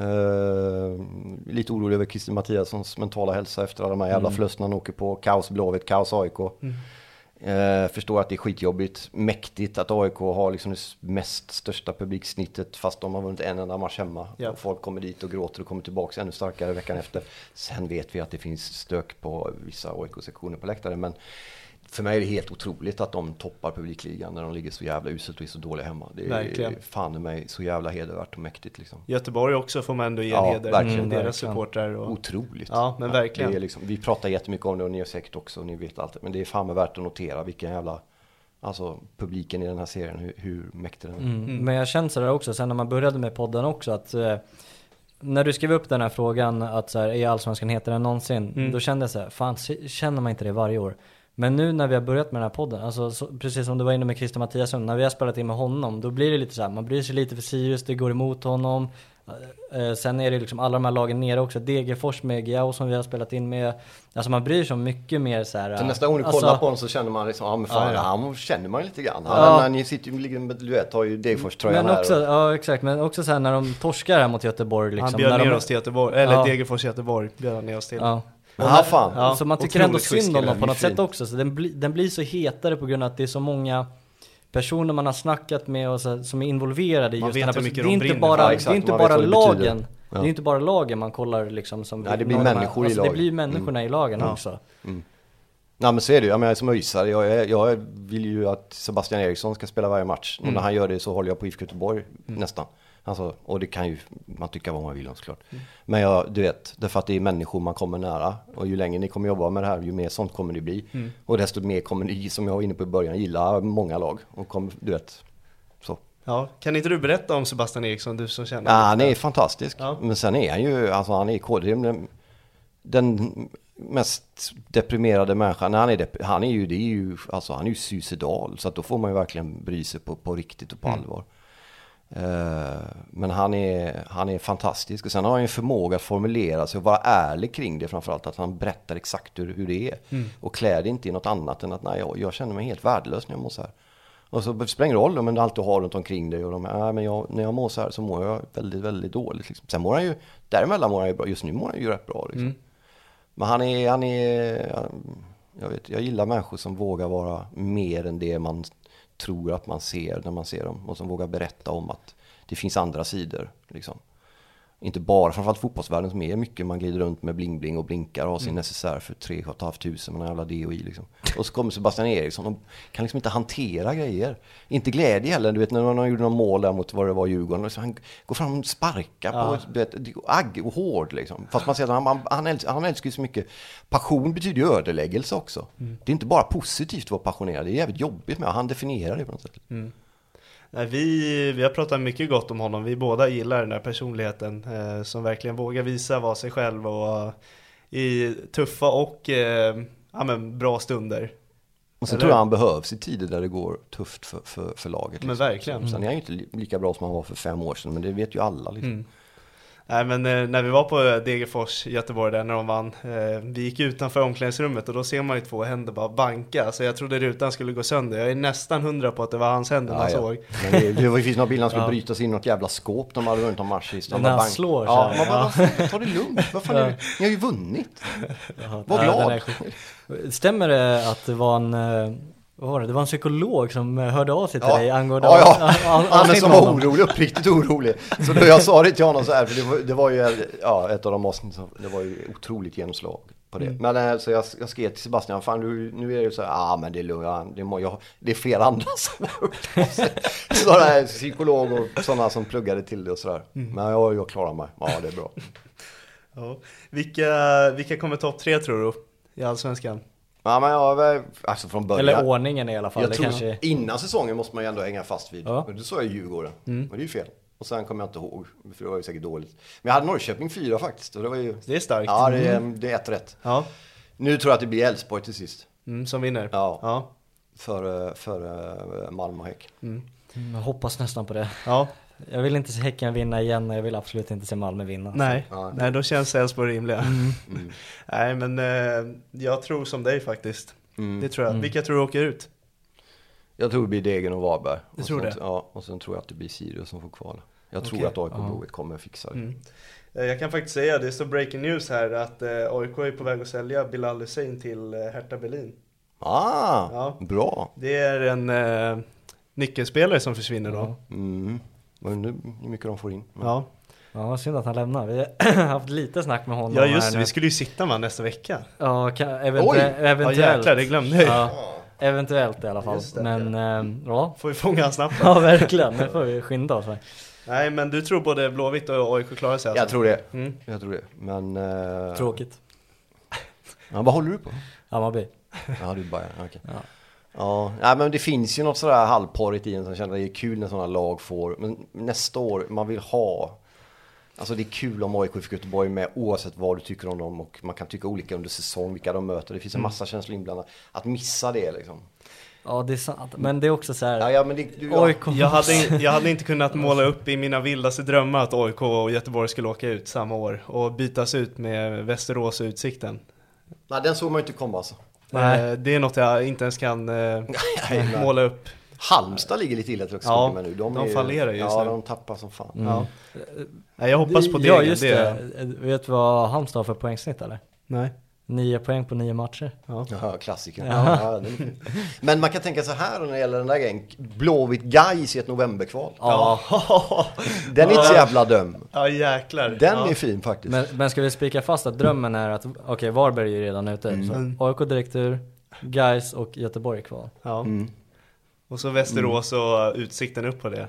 Lite orolig över Christer Mattiassons mentala hälsa efter alla de här jävla förlusterna han åker på. Kaos Blåvitt, kaos AIK. Förstår att det är skitjobbigt, mäktigt att AIK har liksom det mest största publiksnittet fast de har vunnit en enda match hemma. Och folk kommer dit och gråter och kommer tillbaka ännu starkare veckan efter. Sen vet vi att det finns stök på vissa AIK-sektioner på läktaren, men för mig är det helt otroligt att de toppar publikligan när de ligger så jävla uselt och är så dåliga hemma. Det är fan med mig så jävla hedervärt och mäktigt liksom. Göteborg också får man ändå ge en heder. Verkligen. Deras supportrar. Otroligt. Ja, men verkligen. Det är liksom, vi pratar jättemycket om det och ni har säkert också, ni vet allt. Men det är fan med värt att notera vilken jävla, alltså publiken i den här serien, hur mäktig den är. Men jag känner sådär också, sen när man började med podden också, att när du skrev upp den här frågan att så här, är Allsvenskan hetare än någonsin, då kände jag så här, fan känner man inte det varje år? Men nu när vi har börjat med den här podden, alltså precis som du var inne med Christer Mattiasson, när vi har spelat in med honom, då blir det lite så här, man bryr sig lite för Sirius, det går emot honom. Sen är det liksom alla de här lagen nere också, Degerfors med Giao som vi har spelat in med. Alltså man bryr sig mycket mer så här. Så nästa gång du kollar på honom så känner man liksom, ja men fan, han känner man ju lite grann. När ni sitter ju med duett, har ju Degerfors-tröjan men också, här. Ja exakt, men också så här när de torskar här mot Göteborg liksom. Han bjöd ner oss till Göteborg, eller Degerfors Göteborg bjöd han ner oss till. Fan. Så man tycker ändå synd om dem på något sätt också. Så den blir så hetare på grund av att det är så många personer man har snackat med och så, som är involverade i just den här processen. Det är inte bara lagen. Det är inte bara lagen man kollar liksom som. Nej, det blir människor i lagen. Det blir människorna i lagen också. Nej men så är det ju. Jag menar, som öjsare, jag vill ju att Sebastian Eriksson ska spela varje match. Och när han gör det så håller jag på IFK Göteborg nästan. Alltså, och det kan ju man tycka vad man vill om såklart. Men du vet, därför att det är människor man kommer nära. Och ju längre ni kommer jobba med det här, ju mer sånt kommer det bli. Och desto mer kommer ni, som jag var inne på i början, gilla många lag. Och du vet, så. Ja, kan inte du berätta om Sebastian Eriksson, du som känner? Ja, han är fantastisk. Men sen är han ju, alltså han är den mest deprimerade människan. Han är ju suicidal. Så att då får man ju verkligen bry sig på riktigt och på allvar. Men han är fantastisk. Och sen har han en förmåga att formulera sig och vara ärlig kring det, framförallt att han berättar exakt hur det är. Och klär det inte i något annat än att nej, jag känner mig helt värdelös när jag mår så här. Och så spelar det ingen roll om du alltid har runt omkring dig och när jag mår så här så mår jag väldigt, väldigt dåligt liksom. Sen mår han ju, däremellan mår han ju bra. Just nu mår han ju rätt bra liksom. Men han är jag gillar människor som vågar vara mer än det man tror att man ser när man ser dem, och som vågar berätta om att det finns andra sidor liksom. Inte bara, framförallt fotbollsvärlden som är mycket, man glider runt med bling-bling och blinkar och har sin necessär för 3 500 med en jävla DOI liksom. Och så kommer Sebastian Eriksson och kan liksom inte hantera grejer. Inte glädje heller, du vet när man gjorde någon mål där mot vad det var Djurgården, så han går fram och sparkar på agg och hård liksom. Fast man ser att han älskar ju så mycket. Passion betyder ju ödeläggelse också. Det är inte bara positivt att vara passionerad, det är jävligt jobbigt med, han definierar det på något sätt. Nej, vi har pratat mycket gott om honom. Vi båda gillar den här personligheten som verkligen vågar visa vad sig själv och i tuffa och bra stunder. Och så tror jag han behövs i tider där det går tufft för laget. Liksom. Men verkligen. Sen är han ju inte lika bra som han var för 5 år sedan, men det vet ju alla liksom. Nej, men när vi var på Degerfors Göteborg där när de vann, vi gick utanför omklädningsrummet och då ser man ju 2 händer bara banka, så jag trodde rutan skulle gå sönder. Jag är nästan 100 på att det var hans händer man såg. Men det finns några bilder han skulle bryta sig in i något jävla skåp de hade runt om matchlistan. När han slår så man bara, ta det lugnt, vad fan är det? Ni har ju vunnit. Var glad. Stämmer det att det var det var en psykolog som hörde av sig till dig angående han som var orolig, uppriktigt orolig. Så då jag sa det till honom så här, för det var ju ett av de avsnitt som, det var ju otroligt genomslag på det. Men så jag skrev till Sebastian, fan nu är det ju så här, men det är lugnt, det är flera andra som har hört av sig. Sådana psykolog och sådana som pluggade till det och sådär. Men jag klarar mig, det är bra. Ja. Vilka kommer topp 3 tror du i Allsvenskan? Ja, men alltså från början. Eller ordningen i alla fall. Jag tror innan säsongen måste man ju ändå hänga fast vid. Men då sa jag Djurgården. Men det är ju fel. Och sen kommer jag inte ihåg, för det var ju säkert dåligt. Men jag hade Norrköping 4 faktiskt. Och det var ju... Det är starkt. Ja, det är 1 rätt. Ja. Nu tror jag att det blir Elfsborg till sist. Som vinner. Ja. För Malmö och Häck. Jag hoppas nästan på det. Ja. Jag vill inte se Häcken vinna igen och jag vill absolut inte se Malmö vinna. Nej, då känns Elfsborg rimliga. Nej, men jag tror som dig faktiskt. Det tror jag. Vilka tror du åker ut? Jag tror det blir Degen och Varberg. Du tror det? Ja, och sen tror jag att det blir Sirius som får kvala. Jag tror att AIK Blåvitt kommer att fixa det. Jag kan faktiskt säga, det står breaking news här, att AIK är på väg att sälja Bilal Hussein till Hertha Berlin. Bra. Det är en nyckelspelare som försvinner då. Men nu hur mycket de får in. Ja, synd att han lämnar. Vi har haft lite snack med honom. Ja, just det. Vi skulle ju sitta med nästa vecka. Ja, eventuellt. Ja, jäklar, det glömde jag. Ja, eventuellt i alla fall. Men får vi fånga han snabbt. Ja, verkligen. Nu får vi skynda oss. Nej, men du tror både Blåvitt och AIK klarar sig alltså? Jag tror det. Jag tror det. Men tråkigt. Ja, vad håller du på? Hammarby. Ja, du bara okej. Ja, men det finns ju något sådär halvporrigt i en som känner att det är kul när sådana lag får. Men nästa år, man vill ha... Alltså det är kul om AIK fick Göteborg med oavsett vad du tycker om dem. Och man kan tycka olika under säsong, vilka de möter. Det finns en massa känslor inblandade. Att missa det liksom. Ja, det är sant. Men det är också så här... AIK... Jag hade inte kunnat måla upp i mina vildaste drömmar att AIK och Göteborg skulle åka ut samma år. Och bytas ut med Västerås och Utsikten. Nej, den såg man ju inte komma alltså. Nej. Det är något jag inte ens kan måla upp. Halmstad ligger lite illa till också med nu. De fallerar just nu. Ja, de tappar som fan. Jag hoppas på det. Ja, just det. Vet du vad Halmstad har för poängsnitt eller? Nej. 9 poäng på 9 matcher. Ja, klassiker. Ja, men man kan tänka så här när det gäller den där grejen. Blåvitt Gais i ett novemberkval. Den är inte så jävla döm. Ja, jäklar. Den är fin faktiskt. Men ska vi spika fast att drömmen är att Varberg är redan ute. Så AIK direkt ur, Gais och Göteborg kval. Ja. Och så Västerås och Utsikten upp på det.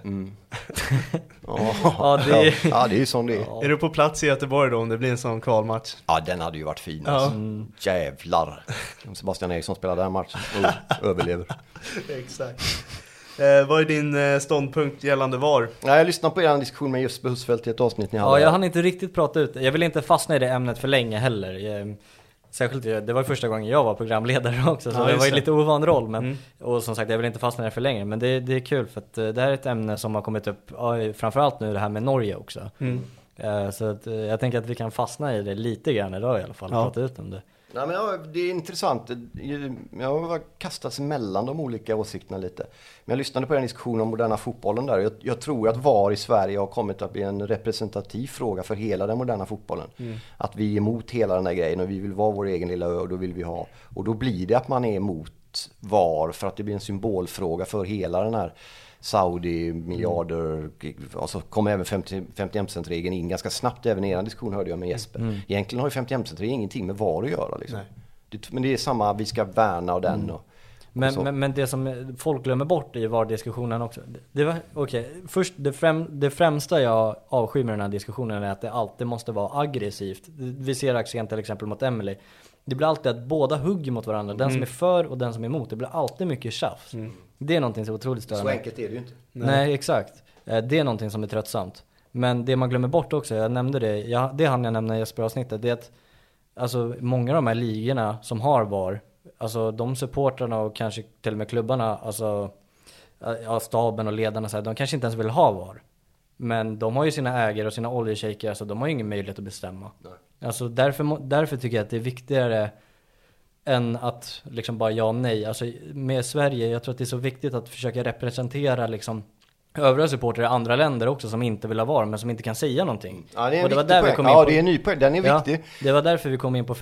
Ja, det är ju sån det är. Är du på plats i Göteborg då om det blir en sån kvalmatch? Ja, den hade ju varit fin. Jävlar. Om Sebastian Eriksson spelar den matchen överlever. Exakt. Vad är din ståndpunkt gällande VAR? Jag lyssnade på er diskussion med Jesper Husfeldt i ett avsnitt ni hade. Ja, jag hann inte riktigt prata ut. Jag vill inte fastna i det ämnet för länge heller. särskilt det var första gången jag var programledare också, så det var ju lite ovan roll, men och som sagt jag vill inte fastna där för länge, men det är kul för att det här är ett ämne som har kommit upp framförallt nu det här med Norge också. Så att, jag tänker att vi kan fastna i det lite grann idag i alla fall, prata ut om det. Nej, men det är intressant. Jag har kastats mellan de olika åsikterna lite. Men jag lyssnade på den diskussionen om moderna fotbollen där. Jag tror att VAR i Sverige har kommit att bli en representativ fråga för hela den moderna fotbollen. Att vi är emot hela den här grejen och vi vill vara vår egen lilla ö, och då vill vi ha. Och då blir det att man är emot VAR för att det blir en symbolfråga för hela den här Saudi-miljarder, alltså kom även 51%-regeln in ganska snabbt. Även i er diskussion hörde jag med Jesper. Egentligen har ju 51%-regeln ingenting med VAR att göra liksom. Men det är samma, vi ska värna av den men det som folk glömmer bort i VAR-diskussionen också, det var först det främsta jag avskyr med den här diskussionen är att det alltid måste vara aggressivt. Vi ser Axén till exempel mot Emily. Det blir alltid att båda hugger mot varandra. Den som är för och den som är emot. Det blir alltid mycket tjafs. Det är någonting så otroligt störande. Så enkelt är det ju inte. Nej, exakt. Det är någonting som är tröttsamt. Men det man glömmer bort också, jag nämnde det. Det hann jag nämna i Jesper-avsnittet. Det är att alltså, många av de här ligorna som har VAR, alltså de supportrarna och kanske till och med klubbarna, alltså staben och ledarna, så här, de kanske inte ens vill ha VAR. Men de har ju sina ägare och sina oljeshejker, alltså de har ju ingen möjlighet att bestämma. Nej. Alltså därför tycker jag att det är viktigare än att liksom bara ja och nej. Alltså med Sverige, jag tror att det är så viktigt att försöka representera liksom övriga supportrar i andra länder också som inte vill ha VAR men som inte kan säga någonting. Ja, det är en viktig poäng. Ja, det är en ny poäng. Den är viktig. Ja, det var därför vi kom in på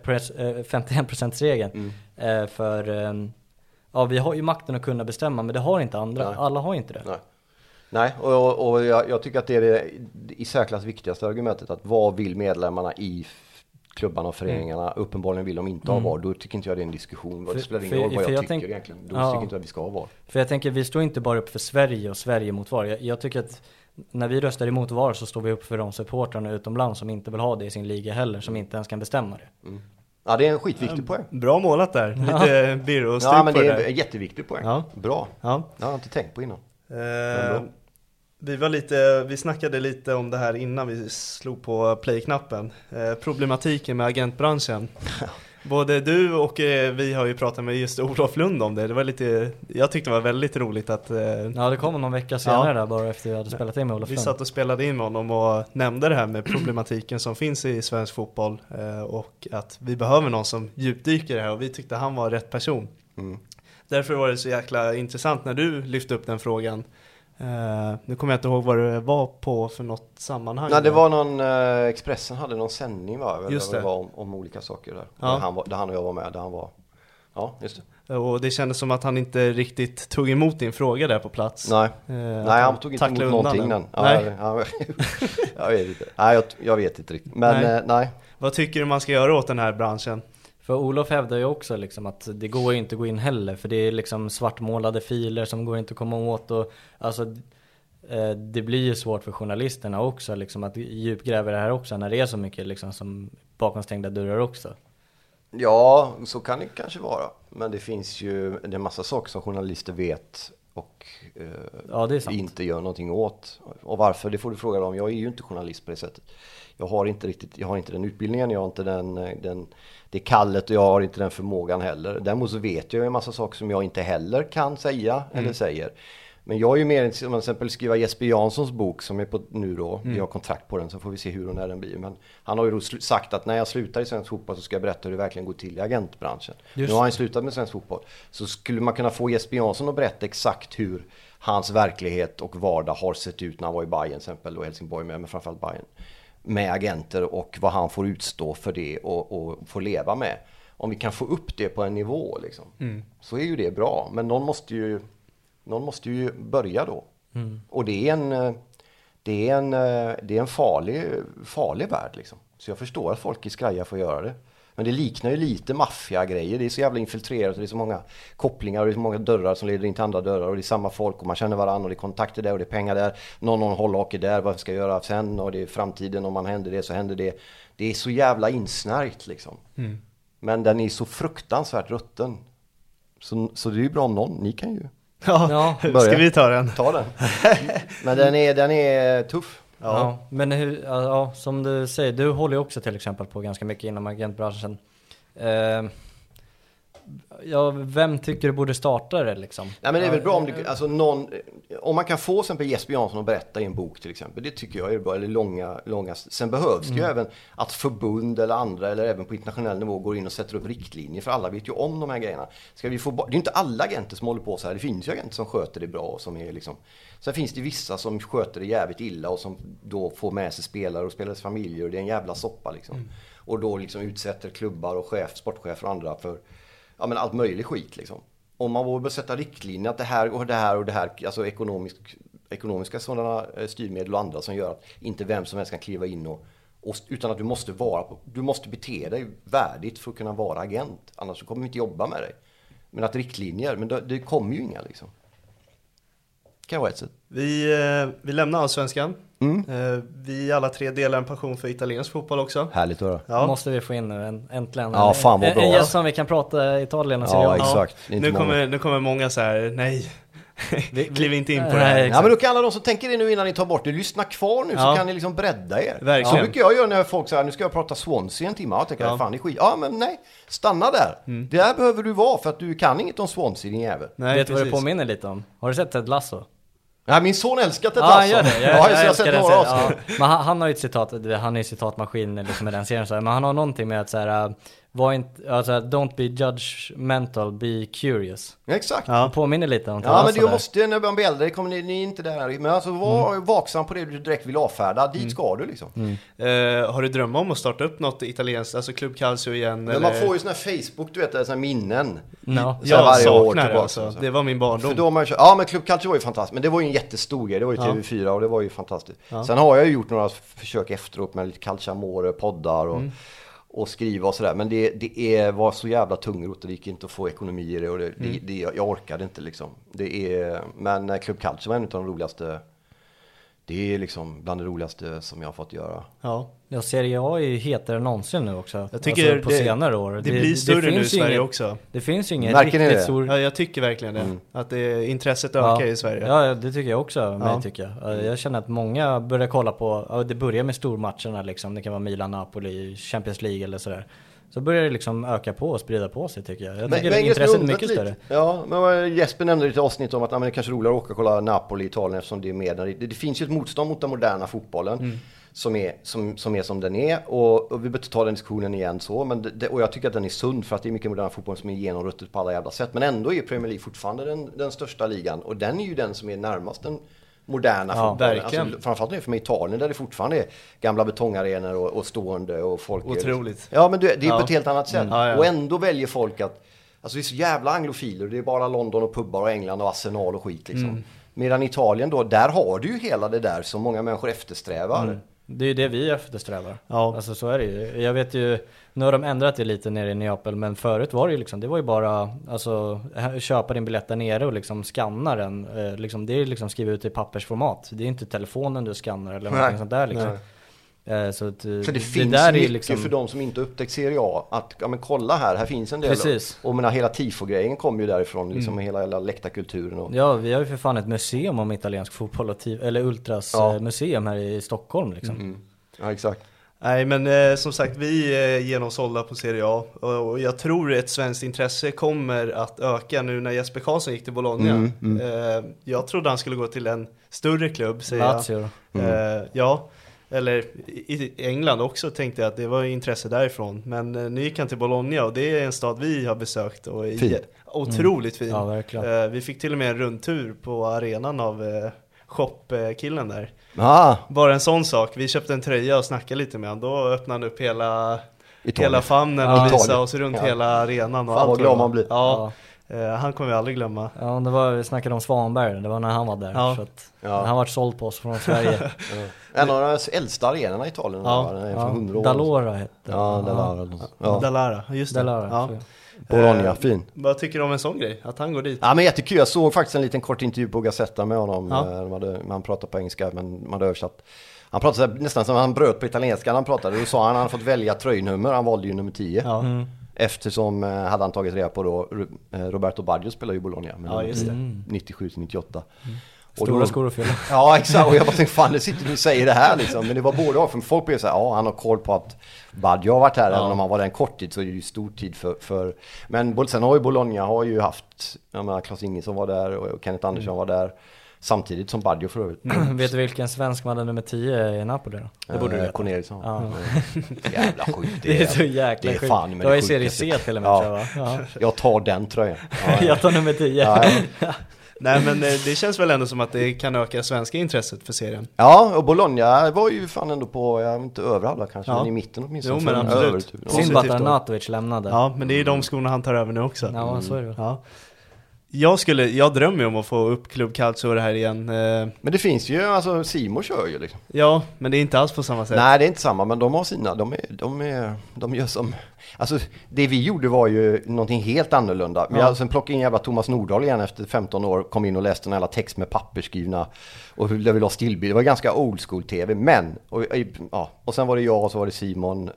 51%-regeln. För vi har ju makten att kunna bestämma, men det har inte andra. Nej. Alla har inte det. Nej, och jag tycker att det är det i särklass viktigaste argumentet, att vad vill medlemmarna i klubbarna och föreningarna, uppenbarligen vill de inte ha VAR. Då tycker inte jag det är en diskussion. Det spelar ingen roll vad jag tycker egentligen. Då tycker inte att vi ska ha VAR. För jag tänker, vi står inte bara upp för Sverige och Sverige mot VAR. Jag tycker att när vi röstar emot VAR så står vi upp för de supportrarna utomlands som inte vill ha det i sin liga heller, som inte ens kan bestämma det. Ja, det är en skitviktig poäng. Bra målat där. Lite birr och stryk men det är en jätteviktig poäng. Ja. Bra. Ja. Jag har inte tänkt på innan. Vi snackade lite om det här innan vi slog på play-knappen. Problematiken med agentbranschen. Både du och vi har ju pratat med just Olof Lund om det. Det var jag tyckte det var väldigt roligt att... det kom någon vecka senare där, bara efter vi hade spelat in med Olof Lund. Vi satt och spelade in med honom och nämnde det här med problematiken som finns i svensk fotboll. Och att vi behöver någon som djupdyker det här, och vi tyckte han var rätt person. Därför var det så jäkla intressant när du lyfte upp den frågan. Nu kommer jag inte ihåg vad det var på för något sammanhang. Nej, det var någon Expressen hade någon sändning just det. Var om olika saker där. Där han och jag var med, där han var. Ja, just det. Och det kändes som att han inte riktigt tog emot din fråga där på plats. Nej, han tog inte emot någonting den. Jag vet inte. Nej, jag vet inte riktigt. Men nej. Vad tycker du man ska göra åt den här branschen? För Olof hävdar ju också liksom att det går ju inte att gå in heller, för det är liksom svartmålade filer som går inte att komma åt, och alltså det blir ju svårt för journalisterna också liksom att djupgräva det här också när det är så mycket liksom som bakom stängda dörrar också. Ja, så kan det kanske vara, men det finns ju en massa saker som journalister vet och inte gör någonting åt. Och varför, det får du fråga dem. Jag är ju inte journalist på det sättet. Jag har inte den utbildningen, jag har inte det kallet, och jag har inte den förmågan heller. Däremot så vet jag en massa saker som jag inte heller kan säga eller säger. Men jag är ju mer, som till exempel skriva Jesper Janssons bok som är på nu då. Vi har kontrakt på den, så får vi se hur och när den blir. Men han har ju då sagt att när jag slutar i svensk fotboll så ska jag berätta hur det verkligen går till i agentbranschen. Nu har han slutat med svensk fotboll. Så skulle man kunna få Jesper Jansson att berätta exakt hur hans verklighet och vardag har sett ut när han var i Bayern till exempel, och Helsingborg men framförallt Bayern. Med agenter och vad han får utstå för det och får leva med. Om vi kan få upp det på en nivå liksom, så är ju det bra. Men någon måste ju börja då. Och det är en farlig värld liksom. Så jag förstår att folk i skraja får göra det. Men det liknar ju lite maffia-grejer. Det är så jävla infiltrerat och det är så många kopplingar och det är så många dörrar som leder in till andra dörrar, och det är samma folk och man känner varandra och det är kontakter där och det är pengar där. Någon hållhake där, vad ska jag göra sen, och det är framtiden, om man händer det så händer det. Det är så jävla insnärjt liksom. Men den är så fruktansvärt rutten. Så det är ju bra om någon, ni kan ju börja. Ska vi ta den? Ta den. Men den är tuff. Men som du säger, du håller ju också till exempel på ganska mycket inom agentbranschen. Ja, vem tycker du borde starta det liksom? Nej, men det är väl bra om du, alltså om man kan få till exempel Jesper Jansson att berätta i en bok till exempel. Det tycker jag är bra, eller långa. Sen behövs det ju även att förbund eller andra eller även på internationell nivå går in och sätter upp riktlinjer, för alla vet ju om de här grejerna. Det är ju inte alla agenter som håller på så här. Det finns ju agenter som sköter det bra och som är liksom. Sen finns det vissa som sköter det jävligt illa och som då får med sig spelare och spelares familjer, och det är en jävla soppa liksom. Och då liksom utsätter klubbar och sportchefer och andra för men allt möjligt skit liksom. Om man vågar sätta riktlinjer att det här och det här och det här, alltså ekonomiska sådana styrmedel och andra som gör att inte vem som helst kan kliva in och utan att du måste bete dig värdigt för att kunna vara agent, annars så kommer vi inte jobba med dig. Men att riktlinjer, men det kommer ju inga liksom. Kan vara ett sätt. Vi lämnar Allsvenskan. Vi alla tre delar en passion för italiensk fotboll också. Härligt att höra. Ja. Måste vi få in nu äntligen. Ja, fan vad bra. En gäst som vi kan prata Italien och Serie A. Ja, exakt. Nu kommer många så här, nej. Kliv inte in på det här. Ja, men då kan alla de som tänker det nu innan ni tar bort det, lyssna kvar nu så kan ni liksom bredda er. Verkligen. Så brukar jag göra när folk säger nu ska jag prata Swansea en timme. Jag tänker, fan det är skit. Ja, men nej, stanna där. Det där behöver du vara för att du kan inget om Swansea, din jävel. Nej, vet du vad det påminner lite om? Har du sett Ted Lasso? Ja, min son älskar Ted Lasso. Gör det. Jag har sett några avsnitt. Men han har ju ett citat, han är ju citatmaskin liksom med den serien så här. Men han har någonting med att så här, don't be judgmental, be curious. Exakt. Det påminner lite om Ted Ja, Lasso. men du måste, när man blir äldre kommer ni inte där. Men alltså var vaksam på det du direkt vill avfärda. Dit ska du liksom. Har du drömmar om att starta upp något italienskt, alltså Club Calcio igen? Men man får ju såna här Facebook, du vet, såna här minnen. Jag saknar det alltså. Det var min barndom. För då men Club Calcio var ju fantastiskt. Men det var ju en jättestor grej. Det var ju TV4 och det var ju fantastiskt. Sen har jag ju gjort några försök efteråt med lite Calcio Amore, poddar och skriva och sådär. Men det var så jävla tungrot. Det gick inte att få ekonomi i det. Och jag orkade inte liksom. Men Club Calcio var en av de roligaste. Det är liksom bland det roligaste som jag har fått göra. Ja, Serie A är ju hetare än någonsin nu också. Jag tycker alltså, på senare år. Det blir större nu i Sverige också. Det finns ju inget riktigt stor... Ja, jag tycker verkligen det. Att intresset ökar i Sverige. Ja, det tycker jag också. Jag känner att många börjar kolla på... Det börjar med stormatcherna liksom. Det kan vara Milan, Napoli, Champions League eller sådär. Så börjar det liksom öka på och sprida på sig tycker jag. Jag tycker att intresset är mycket större. Ja, men Jesper nämnde lite avsnitt om att det är kanske roligare att åka och kolla Napoli i Italien eftersom det är med. Det finns ju ett motstånd mot den moderna fotbollen som är som den är. Och vi behöver ta den diskussionen igen så. Men och jag tycker att den är sund för att det är mycket moderna fotboll som är genomruttet på alla jävla sätt. Men ändå är Premier League fortfarande den största ligan. Och den är ju den som är närmast den moderna fotbollen. Alltså, framförallt är det för mig Italien där det fortfarande är gamla betongarenor och stående och folk. Otroligt. Ja, men det är på ett helt annat sätt. Och ändå väljer folk att alltså det är så jävla anglofiler. Det är bara London och pubbar och England och Arsenal och skit liksom. Medan Italien då, där har du ju hela det där som många människor eftersträvar. Det är ju det vi eftersträvar. Alltså så är det ju. Jag vet ju, nu har de ändrat det lite nere i Neapel, men förut var det ju liksom, det var ju bara alltså köpa din biljett där nere och liksom skanna den. Liksom, det är liksom skriva ut i pappersformat. Det är inte telefonen du skannar eller något sånt där liksom. Så det finns där mycket liksom... för de som inte upptäckt Serie A att kolla här finns en del. Precis. Och hela tifo-grejen kommer ju därifrån liksom hela läktarkulturen och... Ja, vi har ju för fan ett museum om italiensk fotboll och eller Ultras museum här i Stockholm liksom. Ja, exakt. Nej, men som sagt, vi är genomsålda på Serie A och jag tror ett svenskt intresse kommer att öka nu när Jesper Karlsson gick till Bologna. Jag trodde han skulle gå till en större klubb, säger Lazio. Ja, eller i England också tänkte jag att det var intresse därifrån. Men nu gick han till Bologna och det är en stad vi har besökt och är otroligt fin. Ja, verkligen. Vi fick till och med en rundtur på arenan av shop-killen där. Ah. Bara en sån sak. Vi köpte en tröja och snackade lite med han. Då öppnade han upp hela famnen och visade oss runt hela arenan. Och fan vad glad man blir. Ja. Han kommer vi aldrig glömma. Ja, vi snackade om Svanberg. Det var när han var där. Ja. Så att han varit såld på oss från Sverige. En av de äldsta arenorna i Italien. Från 100 år. Dallara hette det. Dallara, just det. Dallara. Bologna, fin. Vad tycker du om en sån grej? Att han går dit? Ja, men jättekul. Jag såg faktiskt en liten kort intervju på Gazzetta med honom. Han pratade på engelska, men man hade översatt. Han pratade nästan som han bröt på italienska. Han pratade, då sa han hade fått välja tröjnummer. Han valde ju nummer 10. Eftersom hade han tagit reda på då Roberto Baggio spelar ju Bologna 97-98. Stora skor och fylla. Ja, exakt. Och jag bara tänkte, fan, det sitter du och säger det här liksom. Men det var både av, för folk blev så här, ja, han har koll på att Baggio har varit här, även om han var där en kort tid så är det ju stor tid för... Men sen har ju Bologna har ju haft, jag menar, Claes Ingesson var där och Kenneth Andersson var där. Samtidigt som Baggio för övrigt. Vet du vilken svensk man hade nummer 10 i Napoli då? Det borde du veta. Corneliusson. Ja. Jävla sjukt. Det är så jäkla sjukt. Fan, du har ju serie C till och med, tror jag, va? Jag tar den tröjan. Jag tar nummer 10. Nej, men det känns väl ändå som att det kan öka svenska intresset för serien. Ja, och Bologna var ju fan ändå på, jag vet inte över alla kanske, men i mitten åtminstone. Jo, men absolut. Synd att Arnautovic lämnade. Ja, men det är ju de skorna han tar över nu också. Ja, så är det. Ja. Jag drömmer om att få upp Club Calcio det här igen. Men det finns ju, alltså Simon kör ju liksom. Ja, men det är inte alls på samma sätt. Nej, det är inte samma, men de har sina, de gör som, alltså det vi gjorde var ju någonting helt annorlunda. Vi har sen plockat in jävla Thomas Nordahl igen efter 15 år, kom in och läste en jävla text med pappersskrivna och där vi la stillbild. Det var ganska old school tv, men och sen var det jag och så var det Simon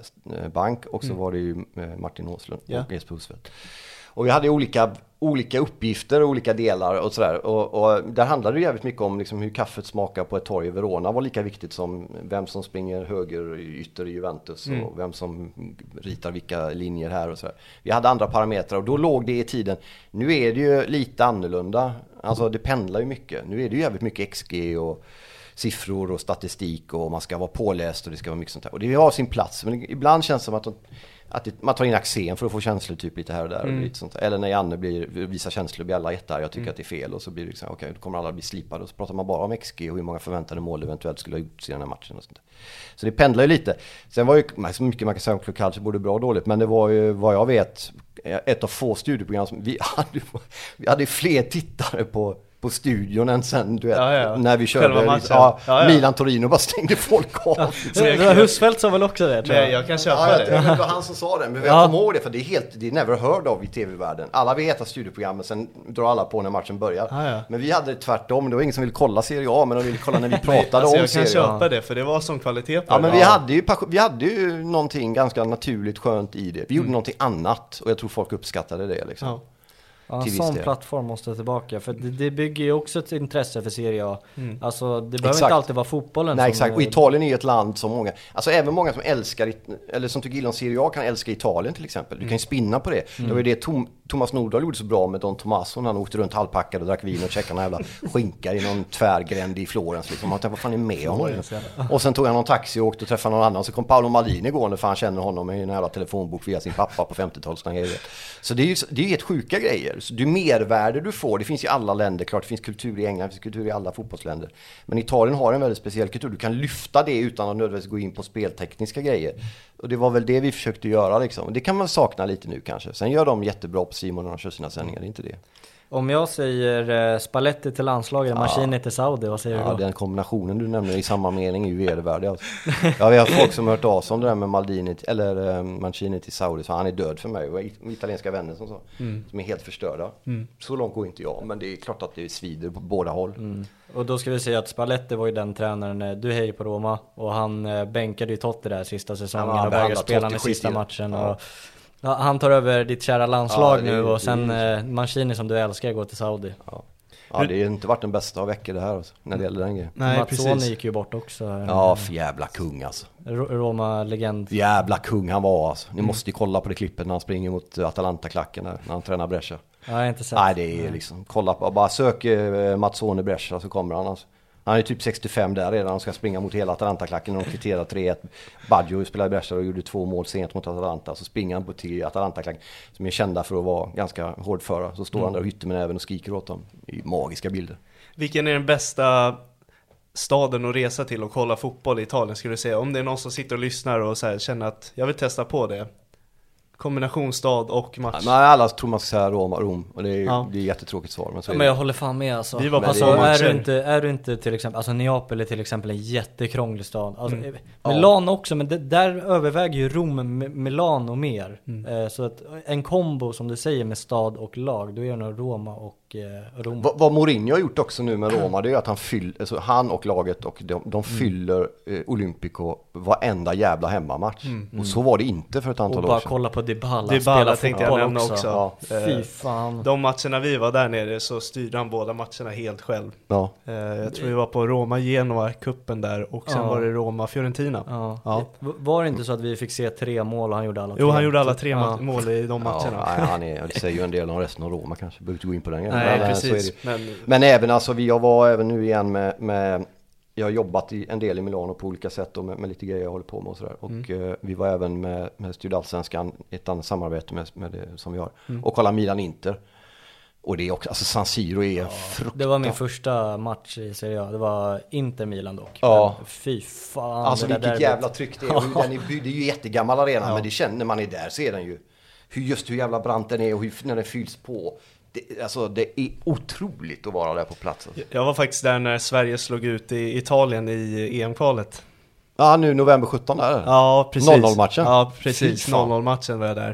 Bank och så var det ju Martin Åslund och Jesper Husfeldt. Och vi hade olika uppgifter och olika delar och sådär. Och där handlade det jävligt mycket om liksom hur kaffet smakar på ett torg i Verona var lika viktigt som vem som springer höger ytter i Juventus och vem som ritar vilka linjer här och sådär. Vi hade andra parametrar och då låg det i tiden. Nu är det ju lite annorlunda. Alltså det pendlar ju mycket. Nu är det ju jävligt mycket XG och siffror och statistik och man ska vara påläst och det ska vara mycket sånt här. Och det har sin plats. Men ibland känns det som att man tar in Axén för att få känslor typ lite här och där och lite sånt. Eller när Janne visar känslor blir alla jättar, jag tycker att det är fel och så blir det liksom, okej, då kommer alla bli slipade och så pratar man bara om XG och hur många förväntade mål eventuellt skulle ha gjorts i den här matchen och sånt där. Så det pendlar ju lite. Sen var ju så mycket man kan säga om Club Calcio både bra och dåligt, men det var ju vad jag vet ett av få studieprogram som vi hade fler tittare på studion än sen, du vet, när vi körde Milan-Torino bara stängde folk av. Husfeldt sa väl också det, tror jag. Jag kan köpa det. Det var han som sa det, men jag kommer ihåg det, för det är never heard of i tv-världen. Alla vet att studieprogrammet, sen drar alla på när matchen börjar. Men vi hade det tvärtom, det var ingen som ville kolla Serie A, men de ville kolla när vi pratade om Serie A. Jag kan köpa det, för det var sån kvalitet på det. Men vi hade ju någonting ganska naturligt skönt i det. Vi gjorde någonting annat, och jag tror folk uppskattade det liksom. Ja, en sån plattform måste tillbaka. För det bygger ju också ett intresse för Serie A. Alltså det behöver inte alltid vara fotbollen. Nej, exakt. Och Italien är ju ett land som många, alltså även många som älskar, eller som tycker illa om Serie A kan älska Italien till exempel. Du kan ju spinna på det. Det var ju det Thomas Nordahl gjorde så bra med Don Tommaso när han åkte runt halvpackad och drack vin och checkade några jävla skinkar i någon tvärgränd i Florens liksom. Man tänkte, vad fan är med honom? Och sen tog han någon taxi och åkte och träffade någon annan. Så kom Paolo Maldini gående för han känner honom i en jävla telefonbok via sin pappa på 50-talet. Så det är ju helt sjuka grejer. Så det är mervärde du får. Det finns i alla länder, klart det finns kultur i England, det finns kultur i alla fotbollsländer. Men Italien har en väldigt speciell kultur. Du kan lyfta det utan att nödvändigtvis gå in på speltekniska grejer. Och det var väl det vi försökte göra liksom. Det kan man sakna lite nu kanske. Sen gör de jättebra på Simon när de kör sina sändningar, det är inte det. Om jag säger Spalletti till landslaget, Mancini till Saudi, vad säger du då? Den kombinationen du nämner i samma mening är ju vedervärdig. Alltså. Ja, vi har folk som har hört av sig om det där med Maldini eller Mancini till Saudi, så han är död för mig. Det var italienska vänner som sa, som är helt förstörda. Så långt går inte jag, men det är klart att det svider på båda håll. Och då ska vi säga att Spalletti var ju den tränaren, du hejar på Roma, och han bänkade ju Totti där sista säsongen och vägrade spela den sista matchen. Och han tar över ditt kära landslag nu och sen Mancini som du älskar går till Saudi. Ja, det har inte varit den bästa av veckor det här alltså, när det gäller den grejen. Matsoni gick ju bort också. Ja, för jävla kung alltså. Roma-legend. Jävla kung han var alltså. Ni måste ju kolla på det klippet när han springer mot Atalanta-klacken där, när han tränar Brescia. Ja, jag har inte sett. Nej, det är liksom, kolla på, bara sök Matsoni Brescia så kommer han alltså. Han är typ 65 där redan och ska springa mot hela Atalanta-klacken och de kvitterar 3-1. Baggio spelade i Brescia och gjorde 2 mål sent mot Atalanta. Så springer han på till Atalanta-klacken som är kända för att vara ganska hårdföra. Så står han där och hytter med även och skriker åt dem. I magiska bilder. Vilken är den bästa staden att resa till och kolla fotboll i Italien, skulle du säga? Om det är någon som sitter och lyssnar och så här, känner att jag vill testa på det. Kombinationsstad och match. Nej, alla tror man ska säga Rom. Och det är jättetråkigt svar. Men, men jag håller fan med alltså. Vi var på är du inte till exempel, alltså Neapel är till exempel en jättekrånglig stad. Alltså, Milano också, men där överväger ju Rom Milano och mer. Så att en kombo som du säger med stad och lag, då är det nog Roma och Rom. Vad Mourinho har gjort också nu med Roma, det är att han och laget och de fyller Olympico varenda jävla hemmamatch. Och så var det inte för ett antal år sedan. Och bara kolla på Dybala spelar tänkte jag nämna också. Ja. Fy fan. De matcherna vi var där nere så styrde han båda matcherna helt själv. Ja. Jag tror vi var på Roma-Genoa-kuppen där och sen var det Roma-Fiorentina. Ja. Var det inte så att vi fick se 3 mål och han gjorde alla 3? Jo, han gjorde alla 3 mål i de matcherna. Ja, det säger ju en del om resten av Roma kanske. Behöver inte gå in på den grejen. Nej, precis. Men även alltså, jag var även nu igen med jag har jobbat en del i Milano på olika sätt och med lite grejer jag håller på med och sådär. Och vi var även med Studialsvenskan, ett annat samarbete med det som vi har. Och kolla Milan-Inter. Och det är också, alltså San Siro är fruktansvärt. Det var min första match i Serie A. Det var Inter-Milan dock. Ja. Men fy fan. Alltså vilket jävla tryck det är. Det är ju jättegammal arena, men det känner när man är där så är den ju hur jävla brant den är och när den fylls på. Det är otroligt att vara där på platsen. Jag var faktiskt där när Sverige slog ut i Italien i EM-kvalet. Ja, nu november 17 där. Ja, precis. 0-0-matchen. Ja, precis. 0-0-matchen var jag där.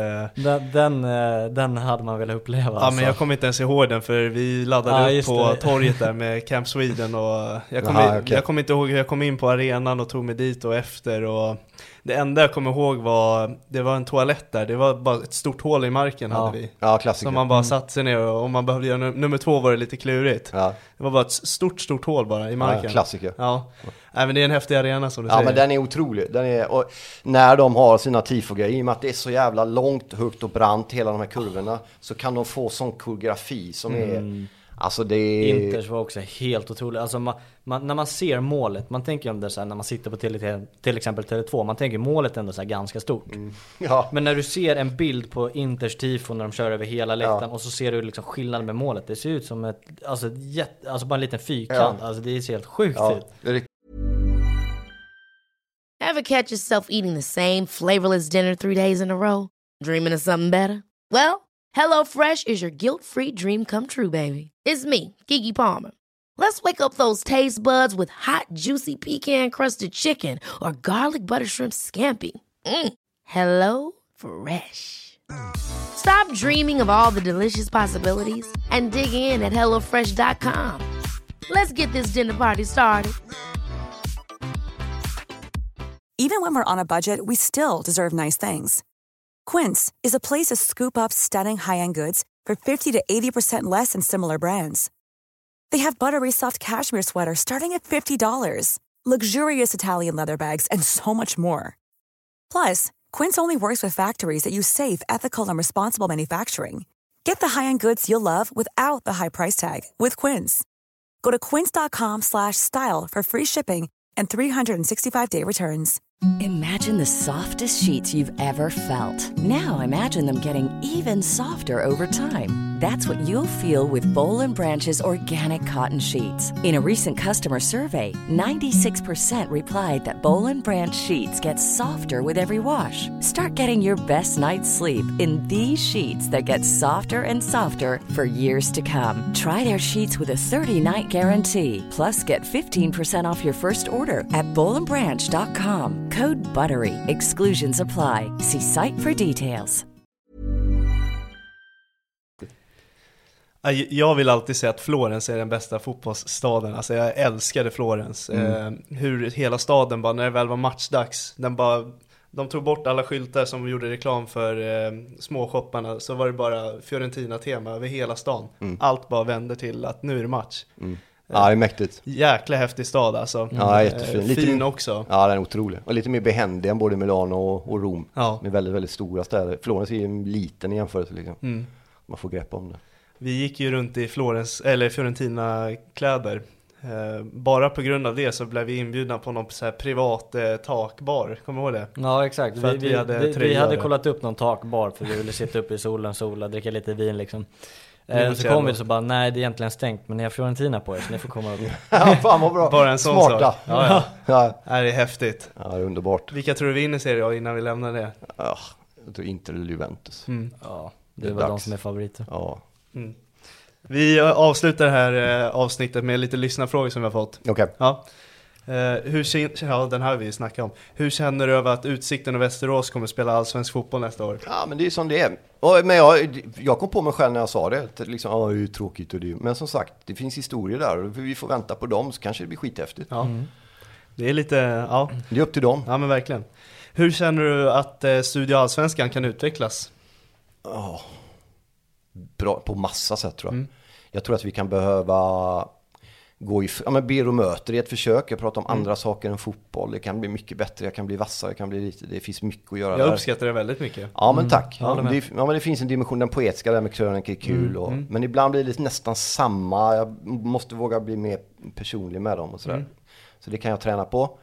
Den hade man velat uppleva. Ja, alltså. men jag kommer inte ens ihåg den för vi laddade upp på torget där med Camp Sweden och jag kommer inte ihåg hur jag kom in på arenan och tog mig dit och efter och det enda jag kommer ihåg det var en toalett där. Det var bara ett stort hål i marken hade vi. Ja, klassiker. Så man bara satt sig ner och om man behövde göra nummer 2 var det lite klurigt. Ja. Det var bara ett stort hål bara i marken. Ja, klassiker. Ja. Men det är en häftig arena som du säger. Ja, men den är otrolig. Och när de har sina tifogrejer, i och med att det är så jävla långt, högt och brant hela de här kurvorna, så kan de få sån koreografi som är... Alltså det är... Inters var också helt otroligt. Alltså när man ser målet, man tänker om det så här, när man sitter på till exempel Tele2, man tänker målet ändå så här ganska stort. Ja. Men när du ser en bild på Inters tifo när de kör över hela läktaren och så ser du liksom skillnaden med målet. Det ser ut som ett alltså bara en liten fyrkant. Alltså det ser helt sjukt ut. Ever catch yourself eating the same flavorless dinner 3 days in a row? Dreaming of something better? Well, HelloFresh is your guilt-free dream come true, baby. It's me, Keke Palmer. Let's wake up those taste buds with hot, juicy pecan-crusted chicken or garlic butter shrimp scampi. Hello Fresh. Stop dreaming of all the delicious possibilities and dig in at HelloFresh.com. Let's get this dinner party started. Even when we're on a budget, we still deserve nice things. Quince is a place to scoop up stunning high-end goods for 50 to 80% less than similar brands. They have buttery soft cashmere sweaters starting at $50, luxurious Italian leather bags, and so much more. Plus, Quince only works with factories that use safe, ethical, and responsible manufacturing. Get the high-end goods you'll love without the high price tag with Quince. Go to quince.com/style for free shipping and 365-day returns. Imagine the softest sheets you've ever felt. Now imagine them getting even softer over time. That's what you'll feel with Boll & Branch's organic cotton sheets. In a recent customer survey, 96% replied that Boll & Branch sheets get softer with every wash. Start getting your best night's sleep in these sheets that get softer and softer for years to come. Try their sheets with a 30-night guarantee. Plus, get 15% off your first order at bollandbranch.com. Code BUTTERY. Exclusions apply. See site for details. Jag vill alltid säga att Florens är den bästa fotbollsstaden. Alltså jag älskade Florens. Hur hela staden bara, när det väl var matchdags, de tog bort alla skyltar som gjorde reklam för småshopparna. Så var det bara Fiorentina-tema över hela stan. Allt bara vände till att nu är det match. Ja, det är mäktigt. Jäkla häftig stad alltså. Ja, jättefin. Fin också. Ja, den är otrolig. Och lite mer behändig än både Milano och Rom. Ja. Med väldigt, väldigt stora städer. Florens är en liten i jämförelse liksom. Man får grepp om det. Vi gick ju runt i Fiorentina-kläder. Bara på grund av det så blev vi inbjudna på någon så här privat takbar. Kommer du ihåg det? Ja, exakt. Vi hade kollat upp någon takbar för vi ville sitta upp i sola, dricka lite vin liksom. Så kom vi så bara, nej det är egentligen stängt, men ni har Fiorentina på er så ni får komma upp. Ja, fan vad bra. Bara en sån Smarta. sak. Ja. Det är häftigt. Ja, det är underbart. Vilka tror du vinner serien innan vi lämnar det? Ja, jag tror Inter eller Juventus. Ja, det var de som är favoriter. Ja. Vi avslutar det här avsnittet med lite lyssnarfrågor som vi har fått. Okej. Ja. Den här vi snackat om. Hur känner du över att Utsikten och Västerås kommer spela allsvensk fotboll nästa år? Ja, men det är som det är. Men jag kom på mig själv när jag sa det. Liksom, det är ju tråkigt och det. Men som sagt, det finns historier där. Och vi får vänta på dem så kanske det blir skithäftigt. Ja. Det är lite, Det är upp till dem. Ja, men verkligen. Hur känner du att Studio Allsvenskan kan utvecklas? Bra, på massa sätt tror jag. Jag tror att vi kan behöva gå ber och möter i ett försök. Jag pratar om andra saker än fotboll. Det kan bli mycket bättre, jag kan bli vassare, jag kan bli lite, det finns mycket att göra. Jag uppskattar det väldigt mycket. Ja, men tack. Men det finns en dimension, den poetiska där med krönika är kul. Men ibland blir det nästan samma. Jag måste våga bli mer personlig med dem och sådär. Så det kan jag träna på.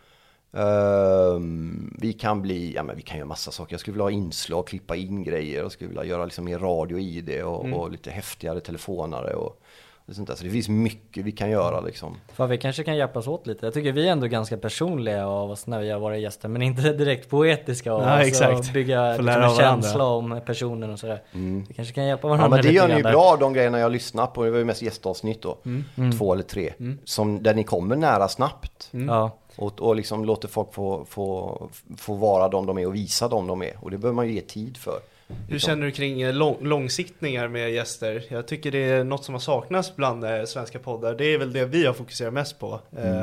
Vi kan göra massa saker. Jag skulle vilja ha inslag, klippa in grejer, och skulle vilja göra liksom mer radio i det och lite häftigare telefonare och sånt där. Så det finns mycket vi kan göra liksom. För vi kanske kan hjälpas åt lite. Jag tycker vi är ändå ganska personliga av oss när vi har varit gäster, men inte direkt poetiska och bygga liksom en känsla om personen och sådär. Vi kanske kan hjälpa varandra. Ja, men det gör ni ju där. bra, de grejerna jag lyssnar på. Det var ju mest gästavsnitt då. 2 eller 3 där ni kommer nära snabbt. Ja. Och liksom låter folk få vara de är och visa de är. Och det behöver man ju ge tid för. Hur känner du kring långsiktningar med gäster? Jag tycker det är något som har saknats bland svenska poddar. Det är väl det vi har fokuserat mest på.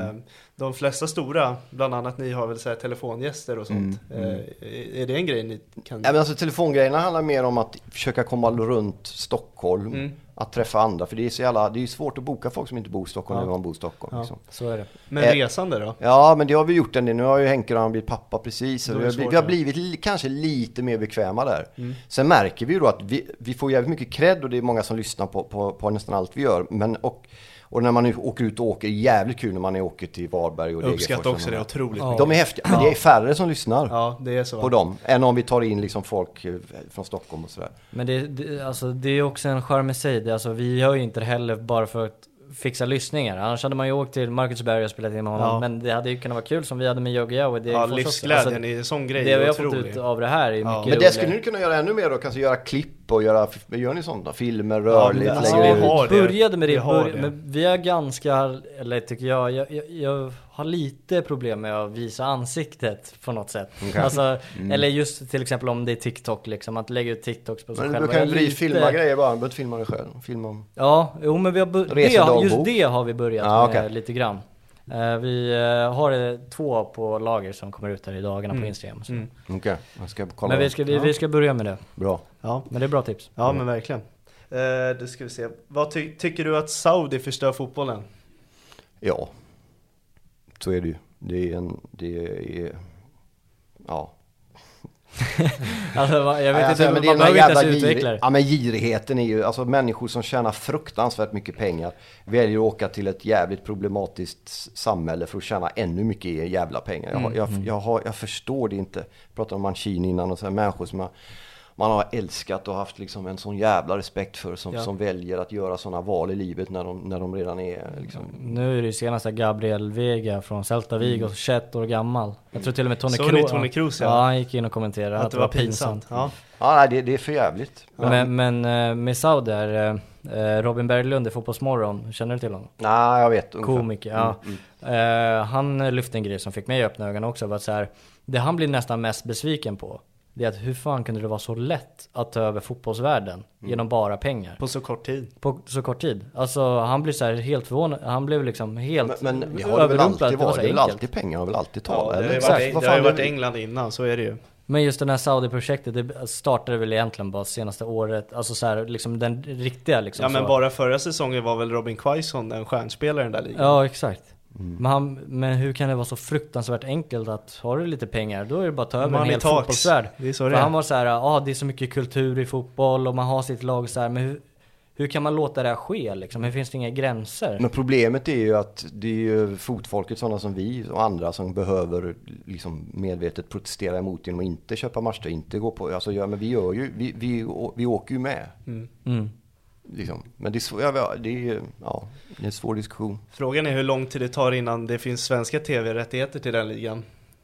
De flesta stora, bland annat ni, har väl så här telefongäster och sånt. Är det en grej ni kan... Ja, men alltså telefongrejerna handlar mer om att försöka komma runt Stockholm. Att träffa andra, för det är ju svårt att boka folk som inte bor i Stockholm när man bor i Stockholm. Ja, liksom. så är det. Men resande då? Ja, men det har vi gjort en del. Nu har ju Henke och han blivit pappa precis. Vi har blivit kanske lite mer bekväma där. Sen märker vi ju då att vi får jävligt mycket cred, och det är många som lyssnar på nästan allt vi gör. Men, och när man nu åker ut och åker, jävligt kul när man åker till Varberg och Degerfors. Jag uppskattar också det otroligt mycket. De är häftiga, men det är färre som lyssnar det är så. På dem än om vi tar in liksom folk från Stockholm och sådär. Men det är också en charm i sig. Alltså, vi gör ju inte det heller bara för att fixa lyssningar. Annars hade man ju åkt till Marcus Berg och spelat in med honom. Men det hade ju kunnat vara kul som vi hade med Yogi och det livsglädjen i en sån grej. Det vi har fått ut av det här är mycket. Men det skulle ni kunna göra ännu mer då, kanske göra klipp och gör ni sånt då? Filmer, rörligt, vi började med det. Men vi är ganska, eller tycker jag har lite problem med att visa ansiktet på något sätt. Alltså, eller just till exempel om det är TikTok liksom, att lägga ut TikToks på sig själv. Men du kan ju filma grejer bara, du behöver filma dig själv. Filma om... Men vi har just det har vi börjat med lite grann. Vi har 2 på lager som kommer ut här i dagarna på Instagram. Okej, jag ska kolla. Men vi ska börja med det. Bra. Ja. Men det är bra tips. Ja, men verkligen. Då ska vi se. Vad tycker du att Saudi förstör fotbollen? Ja, så är det ju. Det är alltså, jag vet inte, men man behöver inte utveckla det. Ja, men girigheten är ju, alltså människor som tjänar fruktansvärt mycket pengar väljer att åka till ett jävligt problematiskt samhälle för att tjäna ännu mycket jävla pengar. Jag förstår det inte. Jag pratade om Mancini innan och så här, människor som man har älskat och haft liksom en sån jävla respekt för som väljer att göra såna val i livet när de redan är liksom... Nu är det senaste Gabriel Vega från Celta Vigo, 21 år gammal. Jag tror till och med Tony Kroos. Ja, han gick in och kommenterade att det var pinsamt. Ja, det är för jävligt. Men med Saudi är Robin Berglund i Fotbollsmorgon, känner du till honom? Nej, jag vet. Komiker, han lyfte en grej som fick mig att öppna ögonen också, var så här, det han blir nästan mest besviken på, det är att hur fan kunde det vara så lätt att ta över fotbollsvärlden genom bara pengar? På så kort tid. Alltså han blir så här helt förvånad. Han blev liksom helt men det har det väl alltid varit. Det är väl alltid pengar, har väl alltid talat. Det har ju varit England innan, så är det ju. Men just den här Saudi-projektet, det startade väl egentligen bara senaste året. Alltså så här, liksom den riktiga liksom. Ja, men bara förra säsongen var väl Robin Quaison den stjärnspelaren där ligan. Ja, exakt. Men hur kan det vara så fruktansvärt enkelt att har du lite pengar, då är det bara att ta över en hel fotbollsvärld. För han var så här, det är så mycket kultur i fotboll och man har sitt lag så här, men hur kan man låta det här ske liksom? Hur finns det inga gränser? Men problemet är ju att det är ju fotfolket, sådana som vi och andra, som behöver liksom medvetet protestera emot genom att inte köpa matcher, inte gå på, alltså men vi gör ju, vi åker ju med. Liksom. Men det är en svår diskussion. Frågan är hur lång tid det tar innan det finns svenska tv-rättigheter till den ligan.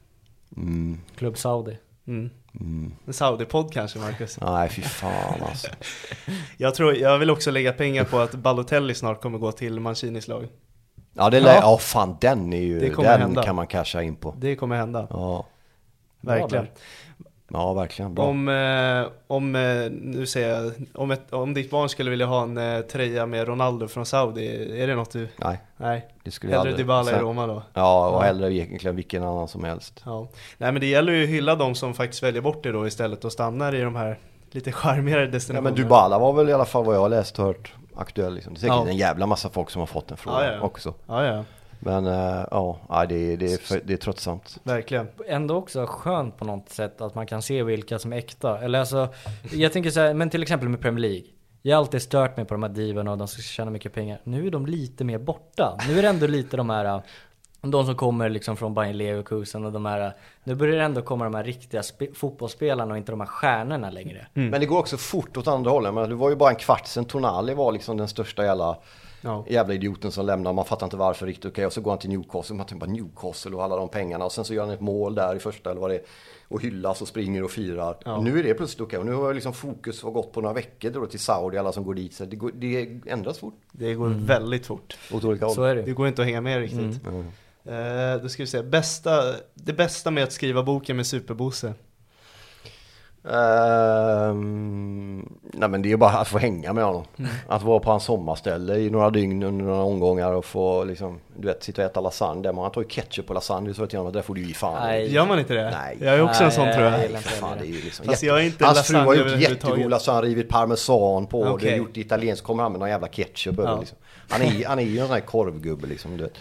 Klubb Saudi. En Saudi-podd kanske, Marcus. Nej, fy fan alltså. Jag vill också lägga pengar på att Balotelli snart kommer gå till Mancinis lag. Ja, fan, den är ju, den hända. Kan man casha in på. Det kommer hända. Ja. Verkligen. Ja, verkligen. Bra. Nu säger jag, om ditt barn skulle vilja ha en tröja med Ronaldo från Saudi, är det något du? Nej. Det skulle hellre Dybala i Roma då? Ja, och hellre egentligen vilken annan som helst. Ja. Nej, men det gäller ju att hylla de som faktiskt väljer bort det då istället och stannar i de här lite charmigare destinationerna. Ja, men Dybala var väl i alla fall vad jag har läst och hört aktuell liksom. Det är säkert en jävla massa folk som har fått en fråga också. Ja. Men det är tröttsamt. Verkligen. Ändå också skönt på något sätt att man kan se vilka som är äkta. Eller alltså, jag tänker så här, men till exempel med Premier League. Jag har alltid stört mig på de här divorna och de ska tjäna mycket pengar. Nu är de lite mer borta. Nu är det ändå lite de som kommer liksom från Bayern Leverkusen och de här. Nu börjar det ändå komma de här riktiga fotbollsspelarna och inte de här stjärnorna längre. Men det går också fort åt andra hållet. Men det var ju bara en kvart sen Tonali var liksom den största jävla idioten som lämnar. Man fattar inte varför riktigt. Okej, och så går han till Newcastle. Man tänker bara Newcastle och alla de pengarna. Och sen så gör han ett mål där i första eller vad det är. Och hyllas och springer och firar. Ja. Nu är det plötsligt okej. Och nu har liksom fokus gått på några veckor då till Saudi. Alla som går dit. Så det ändras fort. Det går väldigt fort. Så är det. Det går inte att hänga med riktigt. Då ska vi se. Det bästa med att skriva boken med Superbosse. Nej, men det är bara att få hänga med honom. Att vara på hans sommarställe i några dygn under några omgångar och få liksom, du vet, sitta och äta lasagne där. Man tar ju ketchup på lasagne, så att jag, där får du ju fan. Nej. Gör man inte det? Nej. Jag är också en sån, tror jag. Nej, fan, det är ju liksom fast jag är inte hans fru har gjort jättegod lasagne, rivit parmesan på och det har gjort italienskt, kommer han med någon jävla ketchup liksom. Han är ju en sån här korvgubbe liksom, du vet.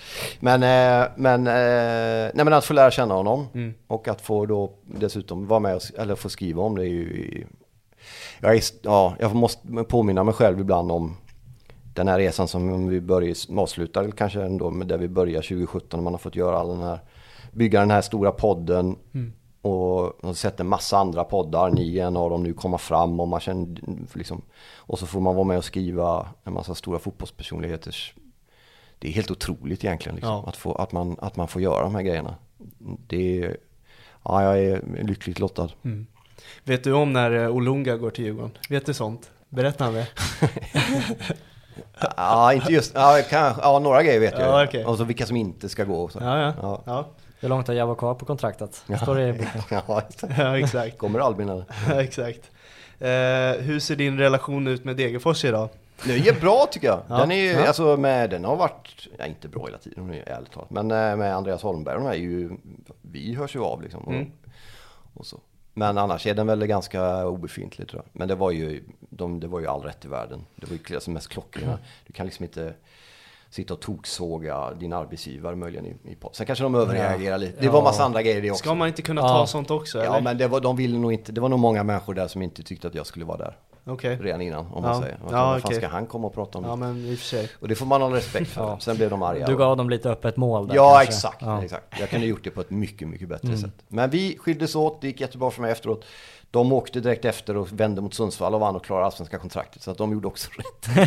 Men att få lära känna honom och att få då dessutom vara med eller få skriva om det är ju jag måste påminna mig själv ibland om den här resan som vi avslutar kanske ändå med där vi börjar 2017 när man har fått göra all den här, bygga den här stora podden och sett en massa andra poddar, ni en av dem nu komma fram och man känner liksom, och så får man vara med och skriva en massa stora fotbollspersonligheters. Det är helt otroligt egentligen liksom, att man får göra de här grejerna. Jag är lyckligt lottad. Vet du om när Olunga går till Djurgården? Vet du sånt? Berätta han det. Inte just. Några grejer vet jag. Okay. Och så vilka som inte ska gå. Så. Ja. Hur långt har jag var kvar på kontraktet? Står det i boken? Ja, exakt. Kommer Albin eller? Ja, exakt. Hur ser din relation ut med Degerfors idag? Det är bra tycker jag. Den är ju, alltså den har varit inte bra hela tiden, nu är ärligt talat. Men med Andreas Holmberg, de är ju, vi hörs ju av liksom och så. Men annars är den väl ganska obefintlig, tror jag. Men det var ju all rätt i världen. Det var ju mest klockorna. Du kan liksom inte sitta och toksåga din arbetsgivare möjligen i podd. Sen kanske de överreagerar lite. Det var en massa andra grejer det också. Ska man inte kunna ta sånt också? Eller? Ja, men de ville nog inte. Det var nog många människor där som inte tyckte att jag skulle vara där. Redan innan, om man säger. Vad fan ska han komma och prata om? Ja, men i och för sig. Och det får man ha respekt för. Sen blev de arga. Du gav dem lite öppet mål där. Ja, exakt. Jag kunde gjort det på ett mycket, mycket bättre sätt. Men vi skildes åt, det gick jättebra för mig efteråt. De åkte direkt efter och vände mot Sundsvall och vann och klarade allsvenska kontraktet. Så att de gjorde också rätt.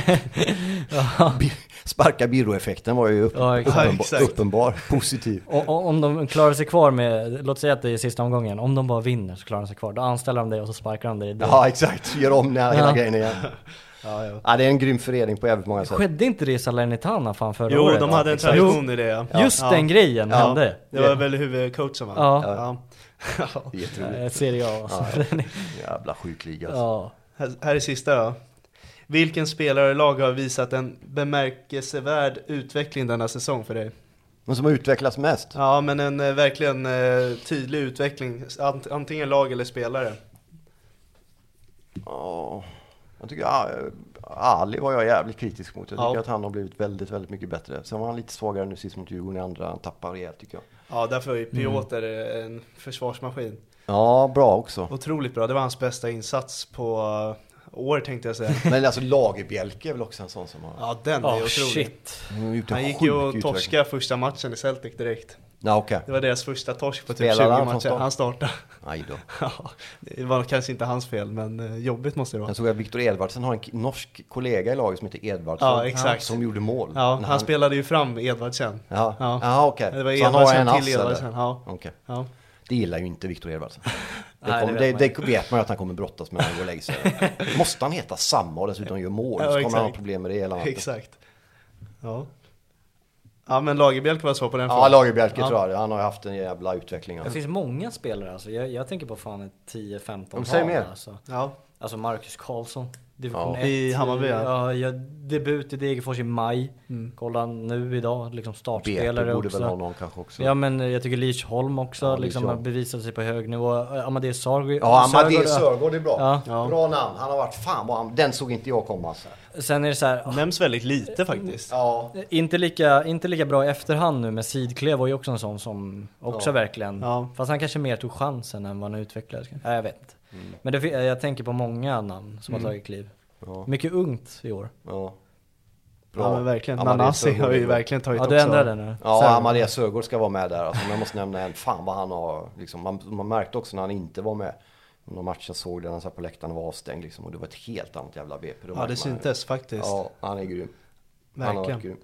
Sparka Birro-effekten var ju uppenbar, positiv. Och om de klarar sig kvar med, låt säga att det är sista omgången, om de bara vinner så klarar de sig kvar. Då anställer de dig och så sparkar de dig. Ja, exakt. Gör om hela grejen igen. Ja, det är en grym förening på jävligt många sätt. Skedde inte det i Salernitana förra året? Jo, de hade en tradition i det. Just den grejen hände. Det var väl huvudcoachen, va? Ja. Serie A. Jävla sjukliga. Ja. Här är sista då. Vilken spelare lag har visat en bemärkelsevärd utveckling denna säsong för dig? Men som har utvecklats mest? Ja, men en verkligen tydlig utveckling. Antingen lag eller spelare. Ja, jag tycker Ali var jag jävligt kritisk mot. Jag tycker att han har blivit väldigt, väldigt mycket bättre. Sen var han lite svagare nu sist mot Djurgården, i andra han tappar rejält tycker jag. Ja, därför är Piotr en försvarsmaskin. Ja, bra också. Otroligt bra, det var hans bästa insats på år tänkte jag säga. Men alltså Lagerbjälke är väl också en sån som har... Ja, den är otrolig. Shit. Han gick ju och torska första matchen i Celtic direkt. Ja, okay. Det var deras första torsk på typ 20 matcher. Han startade. Aj då. Ja, det var kanske inte hans fel, men jobbigt måste det vara. Jag såg att Viktor Edvardsen har en norsk kollega i laget som heter Edvardsen. Ja, exakt. Som gjorde mål. Ja, han spelade ju fram Edvardsen. Ja, okej. Det var Edvardsen till Edvardsen. Ja. Okay. Ja. Det gillar ju inte Viktor Edvardsen. Det vet man ju att han kommer brottas med när han går och lägger sig. Måste han heta samma och dessutom gör mål så kommer han ha problem med det hela natten. Exakt. Ja. Ja, men Lagerbielke var så på den frågan. Ja, Lagerbielke tror jag. Han har haft en jävla utveckling. Det finns många spelare alltså. Jag tänker på fan 10-15 säger mer. Alltså. Ja. Alltså Marcus Karlsson, division 1 i Hammarby. Ja, debut i Degerfors i maj. Kolla nu idag, liksom startspelare borde också. väl ha någon kanske också. Ja, men jag tycker Lichholm också liksom har bevisat sig på hög nivå. Amadeus Sörgård. Ja, Amadeus Sörgård är bra. Ja. Bra namn. Han har varit fan vad den såg inte jag komma så här. Sen är det så här, nämns väldigt lite faktiskt. Ja. Inte lika bra i efterhand nu, med Sidklev var ju också en sån som också verkligen. Ja. Fast han kanske mer tog chansen än vad han utvecklades. Ja, jag vet inte. Men jag tänker på många namn som har tagit kliv. Ja. Mycket ungt i år. Ja. Bra. Ja, men verkligen. Nanasi har ju verkligen tagit också. Ja, du ändrade nu. Ja, Amadeus Sörgård ska vara med där. Alltså, jag måste nämna en. Fan vad han har liksom, man märkte också när han inte var med. Någon match jag såg där han satt på läktaren och var avstängd liksom, och det var ett helt annat jävla BP. Ja, det syntes faktiskt. Ja, han är grym. Verkligen.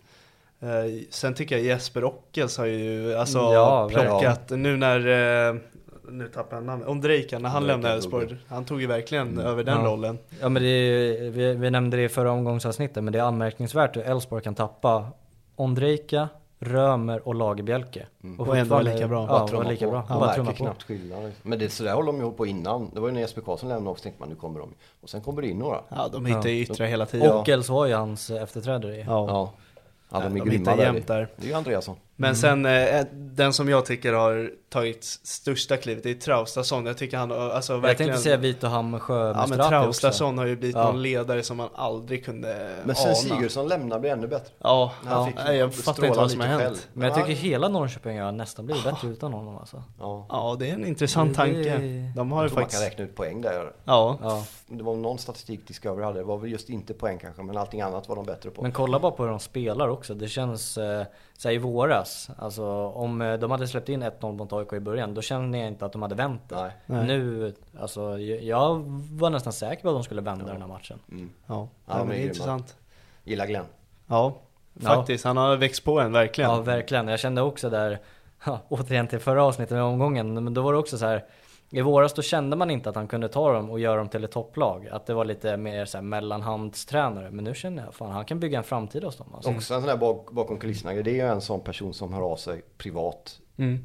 Sen tycker jag Jesper Ockels har ju plockat nu när nu tappar jag namnet. Ondrejka, när han lämnade Elfsborg, han tog ju verkligen över den rollen. Ja, men vi nämnde det i förra omgångsavsnittet, men det är anmärkningsvärt hur Elfsborg kan tappa Ondrejka, Römer och Lagerbielke. Och ändå var lika bra. Ja, var lika bra. Bara trumma på. Knappt skillnad. Men det så där håller de ju på innan. Det var ju när Jesper Karlsson lämnade också, tänkte man nu kommer de. Och sen kommer det in några. Ja, de hittar ju yttre hela tiden. Ockels var ju hans efterträdare i. Ja, de är grymma där. Det är ju Andreasson. Men sen den som jag tycker har tagit största klivet, det är Traustason. Jag tycker han alltså verkligen. Jag tänkte säga Vito Hamsjö. Ja, men Traustason har ju blivit någon ledare som man aldrig kunde Men sen Sigurdsson lämnar blir ännu bättre. Ja, jag fattar inte vad som har hänt. Men jag tycker hela Norrköping har nästan blivit bättre utan honom alltså. Ja, det är en intressant tanke. De har ju faktiskt man kan räkna ut poäng där. Ja. Det var någon statistik Discovery hade. Det var väl just inte poäng kanske, men allting annat var de bättre på. Men kolla bara på hur de spelar också. Det känns så i våras, alltså om de hade släppt in 1-0 mot AIK i början, då kände jag inte att de hade vänt det. Nej. Nu, alltså jag var nästan säker på att de skulle vända den här matchen. Ja, men det är intressant. Gillar Glenn. Ja, faktiskt. Han har växt på en, verkligen. Ja, verkligen. Jag kände också där, återigen till förra avsnittet med omgången, men då var det också så här. I våras då kände man inte att han kunde ta dem och göra dem till ett topplag. Att det var lite mer så här mellanhandstränare. Men nu känner jag, fan, han kan bygga en framtid hos dem. Alltså. Också en sån där bakom kulisserna. Det är ju en sån person som hör av sig privat.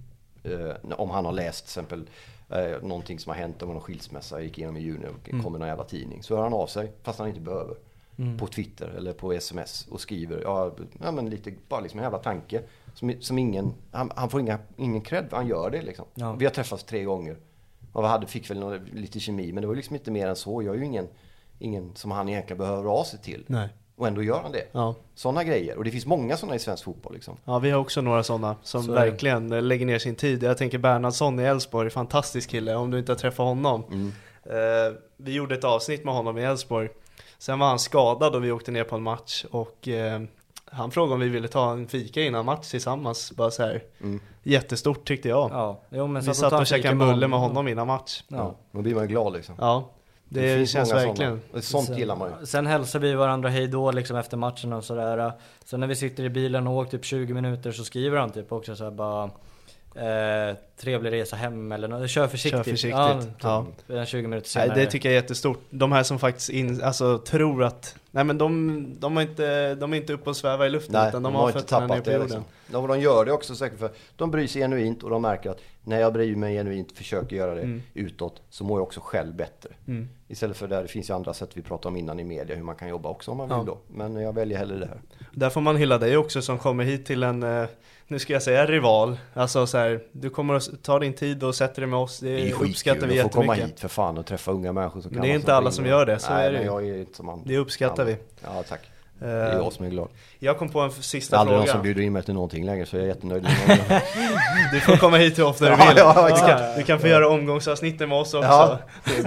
Om han har läst till exempel någonting som har hänt om någon skilsmässa, gick igenom i juni och kommer någon jävla tidning. Så hör han av sig, fast han inte behöver. På Twitter eller på sms och skriver ja men lite, bara liksom en jävla tanke. Som ingen, han får ingen cred, han gör det liksom. Ja. Vi har träffats 3 gånger. Och fick väl lite kemi, men det var liksom inte mer än så. Jag är ju ingen som han egentligen behöver ha sig till. Nej. Och ändå gör han det. Ja. Sådana grejer. Och det finns många sådana i svensk fotboll liksom. Ja, vi har också några sådana som verkligen lägger ner sin tid. Jag tänker Bernhardsson i Elfsborg, fantastisk kille, om du inte har träffat honom. Vi gjorde ett avsnitt med honom i Elfsborg. Sen var han skadad och vi åkte ner på en match. Och han frågade om vi ville ta en fika innan match tillsammans. Bara så här. Jättestort tyckte jag. Ja. Jo, men vi satt och käkade en bulle med honom innan match. Ja. Då blir man glad liksom. Ja, det känns verkligen. Sånt gillar man ju. Sen hälsar vi varandra hej då liksom efter matchen och sådär. Sen när vi sitter i bilen och åker typ 20 minuter så skriver han typ också så här bara trevlig resa hem eller något. Kör försiktigt. Ja. 20 minuter senare. Nej, det tycker jag är jättestort. De här som faktiskt tror att nej, men de är inte uppe och svävar i luften. Nej, utan de har inte tappat det liksom. De gör det också säkert för de bryr sig genuint och de märker att när jag bryr mig genuint, försöker göra det utåt, så mår jag också själv bättre. Istället för det finns ju andra sätt vi pratade om innan i media, hur man kan jobba också om man vill då. Men jag väljer hellre det här. Där får man hylla dig också som kommer hit till en nu ska jag säga rival. Alltså så här, du kommer att ta din tid och sätter dig med oss. Det uppskattar vi jättemycket. Du får komma hit för fan och träffa unga människor som kan. Det är inte alla som gör det, så är det. Jag är inte som det uppskattar vi. Ja, tack. Det är jag som är glad. Jag kom på en sista fråga. Det är aldrig någon som bjuder in mig till någonting längre, så jag är jättenöjd. Du får komma hit hur ofta du vill. Du kan få göra omgångsavsnitten med oss också. Ja,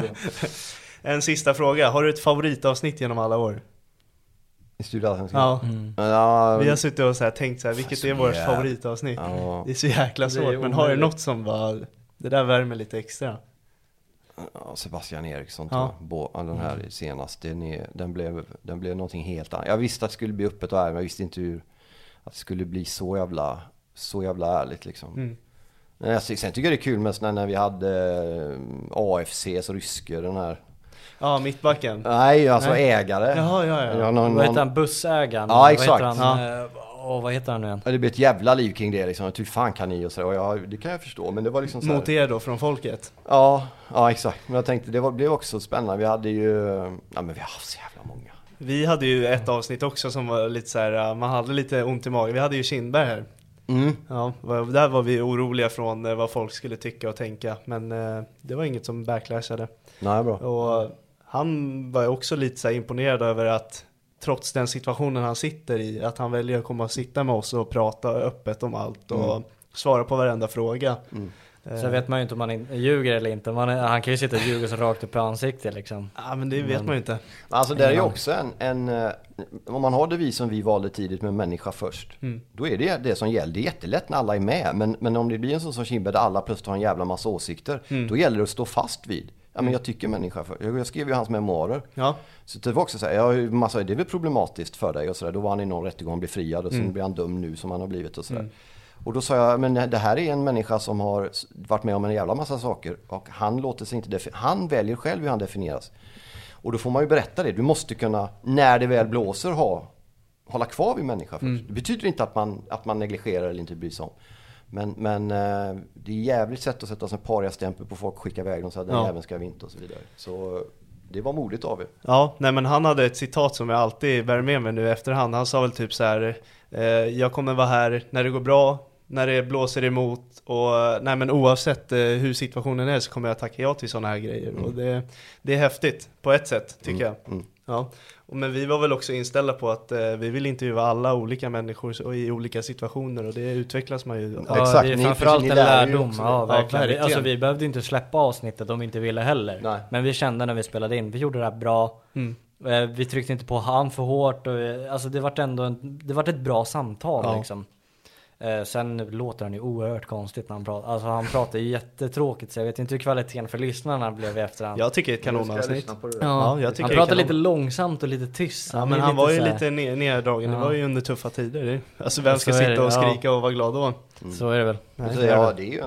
en sista fråga. Har du ett favoritavsnitt genom alla år? I Studieallsvenskan? Ja. Vi har suttit och så här, tänkt så här, vilket är vårt favoritavsnitt? Ja. Det är så jäkla svårt, men har du något som var det där värmer lite extra? Ja, Sebastian Eriksson den här senast, den blev någonting helt annat. Jag visste att det skulle bli öppet och ärligt, men jag visste inte hur att det skulle bli så jävla ärligt liksom. Sen tycker jag det är kul med när vi hade AFCs rysker, den här. Ja, mittbacken. Nej, alltså ägare. Ja. Vad heter han? Bussägaren? Ja, exakt. vad heter han nu igen? Det blir ett jävla liv kring det liksom. Hur fan kan ni och så? Och det kan jag förstå, men det var liksom så här... Mot er då, från folket? Ja, exakt. Men jag tänkte, blev också spännande. Vi hade ju... Ja, men vi har haft så jävla många. Vi hade ju ett avsnitt också som var lite så här, man hade lite ont i magen. Vi hade ju Kindberg här. Ja, där var vi oroliga från vad folk skulle tycka och tänka. Men det var inget som backlashade. Nej, bra. Och han var också lite så här imponerad över att trots den situationen han sitter i, att han väljer att komma och sitta med oss och prata öppet om allt och svara på varenda fråga. Så vet man ju inte om man ljuger eller inte. Han kan ju sitta och ljuga så rakt upp i ansiktet liksom. Ja, men det vet man ju inte. Alltså det är ju också om man har det vi som vi valde tidigt med människa först, då är det som gäller. Det är jättelätt när alla är med, men om det blir en sån som Kindberg där alla plötsligt har en jävla massa åsikter, då gäller det att stå fast vid. Ja, men jag tycker människa för. Jag skrev ju hans memoarer. Ja. Så det var också så här, det är väl problematiskt för dig och så där. Då var han i någon rättegång och blev friad och sen blir han dömd nu som han har blivit och så där. Och då sa jag, men det här är en människa som har varit med om en jävla massa saker och han låter sig inte han väljer själv hur han definieras. Och då får man ju berätta det. Du måste kunna, när det väl blåser, hålla kvar vid människa först. Det betyder inte att man negligerar eller inte bryr sig om. Men det är jävligt sätt att sätta en pariastämpel på folk och skicka iväg dem så att den även ska vinna och så vidare. Så det var modigt av er. Ja, nej, men han hade ett citat som jag alltid bär med mig nu efterhand. Han sa väl typ så här: jag kommer vara här när det går bra, när det blåser emot och nej, men oavsett hur situationen är så kommer jag tacka ja till sådana här grejer. Och det är häftigt på ett sätt tycker jag. Ja. Men vi var väl också inställda på att vi vill intervjua alla olika människor i olika situationer och det utvecklas man ju. Ja, exakt. Det är framförallt en lärdom. Ja, verkligen. Alltså, vi behövde inte släppa avsnittet om vi inte ville heller. Nej. Men vi kände när vi spelade in, vi gjorde det här bra. Vi tryckte inte på han för hårt. Och, alltså, det var ett bra samtal liksom. Sen låter han ju oerhört konstigt när han pratar. Alltså han pratar ju jättetråkigt, så jag vet inte hur kvaliteten för lyssnarna blev i efterhand. Jag tycker ett kanonavsnitt. Jag tycker han pratar lite långsamt och lite tyst. Ja, men han var ju lite neddragen. Det var ju under tuffa tider. Alltså vem ska sitta och skrika och vara glad då? Så är det väl. Det är ju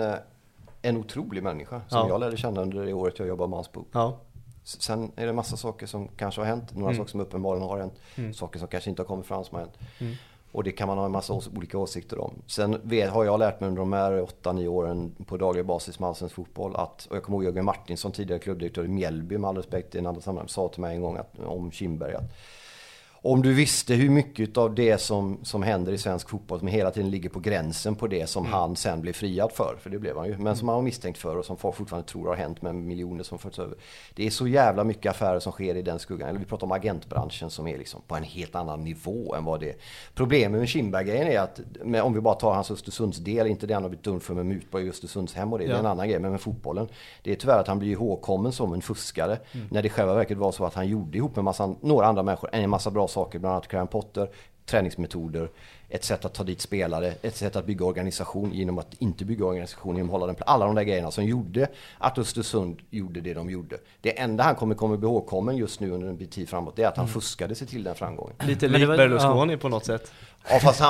en otrolig människa som jag lärde känna under det året jag jobbade med hans bok. Sen är det massa saker som kanske har hänt. Några saker som uppenbarligen har hänt. Saker som kanske inte har kommit fram som har hänt. Och det kan man ha en massa olika åsikter om. Sen har jag lärt mig under de här 8-9 åren på daglig basis med Allsvensk fotboll och jag kommer ihåg Jörgen Martinsson, tidigare klubbdirektör i Mjällby, med all respekt i en annan sammanhang, sa till mig en gång om Kindberg att om du visste hur mycket av det som händer i svensk fotboll som hela tiden ligger på gränsen på det som han sen blev friad för det blev han ju, men som han var misstänkt för och som folk fortfarande tror har hänt med miljoner som förts över. Det är så jävla mycket affärer som sker i den skuggan. Eller vi pratar om agentbranschen som är liksom på en helt annan nivå än vad det är. Problemet med Kindberg-grejen är att om vi bara tar hans Östersunds del, inte det han har blivit dömd för med mutbar i Östersunds hem och det är en annan grej, men med fotbollen, det är tyvärr att han blir ihågkommen som en fuskare när det själva verket var så att han gjorde ihop med några andra människor en massa bra saker, bland annat Graham Potter, träningsmetoder, ett sätt att ta dit spelare, ett sätt att bygga organisation genom att inte bygga organisation, genom att hålla den, alla de där grejerna som gjorde att Östersund gjorde det de gjorde. Det enda han kommer bli ihågkommen just nu under en tid framåt, det är att han fuskade sig till den framgången. Lite lik Berlusconi på något sätt. Ja, fast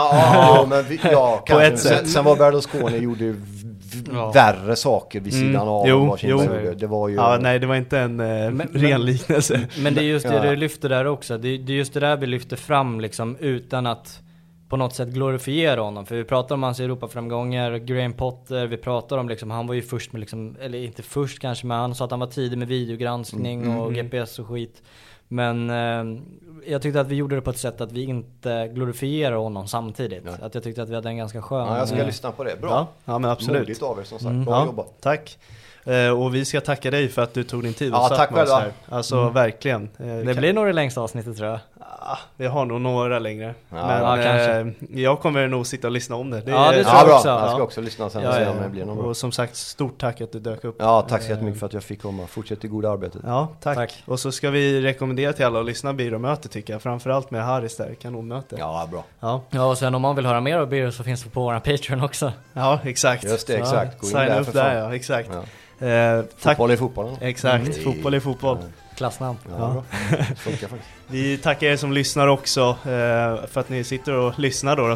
sen var Berlusconi gjorde värre saker vid sidan av. Det var ju... Ja, nej, det var inte en ren liknelse. Men det är just det du lyfter där också. Det är just det där vi lyfter fram liksom, utan att på något sätt glorifiera honom. För vi pratar om hans Europa-framgångar, Graham Potter, vi pratar om liksom, han var ju först med liksom, eller inte först kanske, men han sa att han var tidig med videogranskning och GPS och skit. Men jag tyckte att vi gjorde det på ett sätt att vi inte glorifierar honom samtidigt. Ja. Att jag tyckte att vi hade en ganska skön... Ja, jag ska lyssna på det. Bra. Ja, men absolut. Modigt av er som sagt. Bra jobbat. Tack. Och vi ska tacka dig för att du tog din tid och satt tack med oss här. Alltså verkligen. Det blir nog det längsta avsnittet tror jag. Vi har nog några längre. Men jag kommer nog sitta och lyssna om det. Det tror jag också. Jag ska också lyssna sen och se om det blir någon bra. Och som sagt, stort tack att du dök upp. Ja, tack så jättemycket för att jag fick komma. Fortsätt i goda arbetet. Ja, tack. Och så ska vi rekommendera till alla att lyssna byråmöte tycker jag. Framförallt med Harris där, kanonmöte. Ja, bra. Ja, och sen om man vill höra mer av Byrå så finns det på vår Patreon också. Ja, exakt. Just det, exakt. Signa upp där, ja, exakt. Ja. Fotboll i fotbollen. Exakt, fotboll i fotboll. Klassnamn. Ja. Funkar faktiskt. Vi tackar er som lyssnar också för att ni sitter och lyssnar då.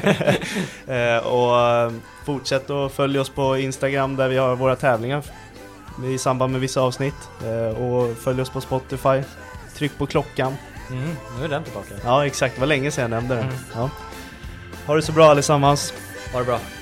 Och fortsätt att följa oss på Instagram där vi har våra tävlingar i samband med vissa avsnitt. Och följ oss på Spotify. Tryck på klockan. Nu är den tillbaka. Ja, exakt. Det var länge sedan jag nämnde det. Ja. Ha det så bra allesammans. Ha det bra.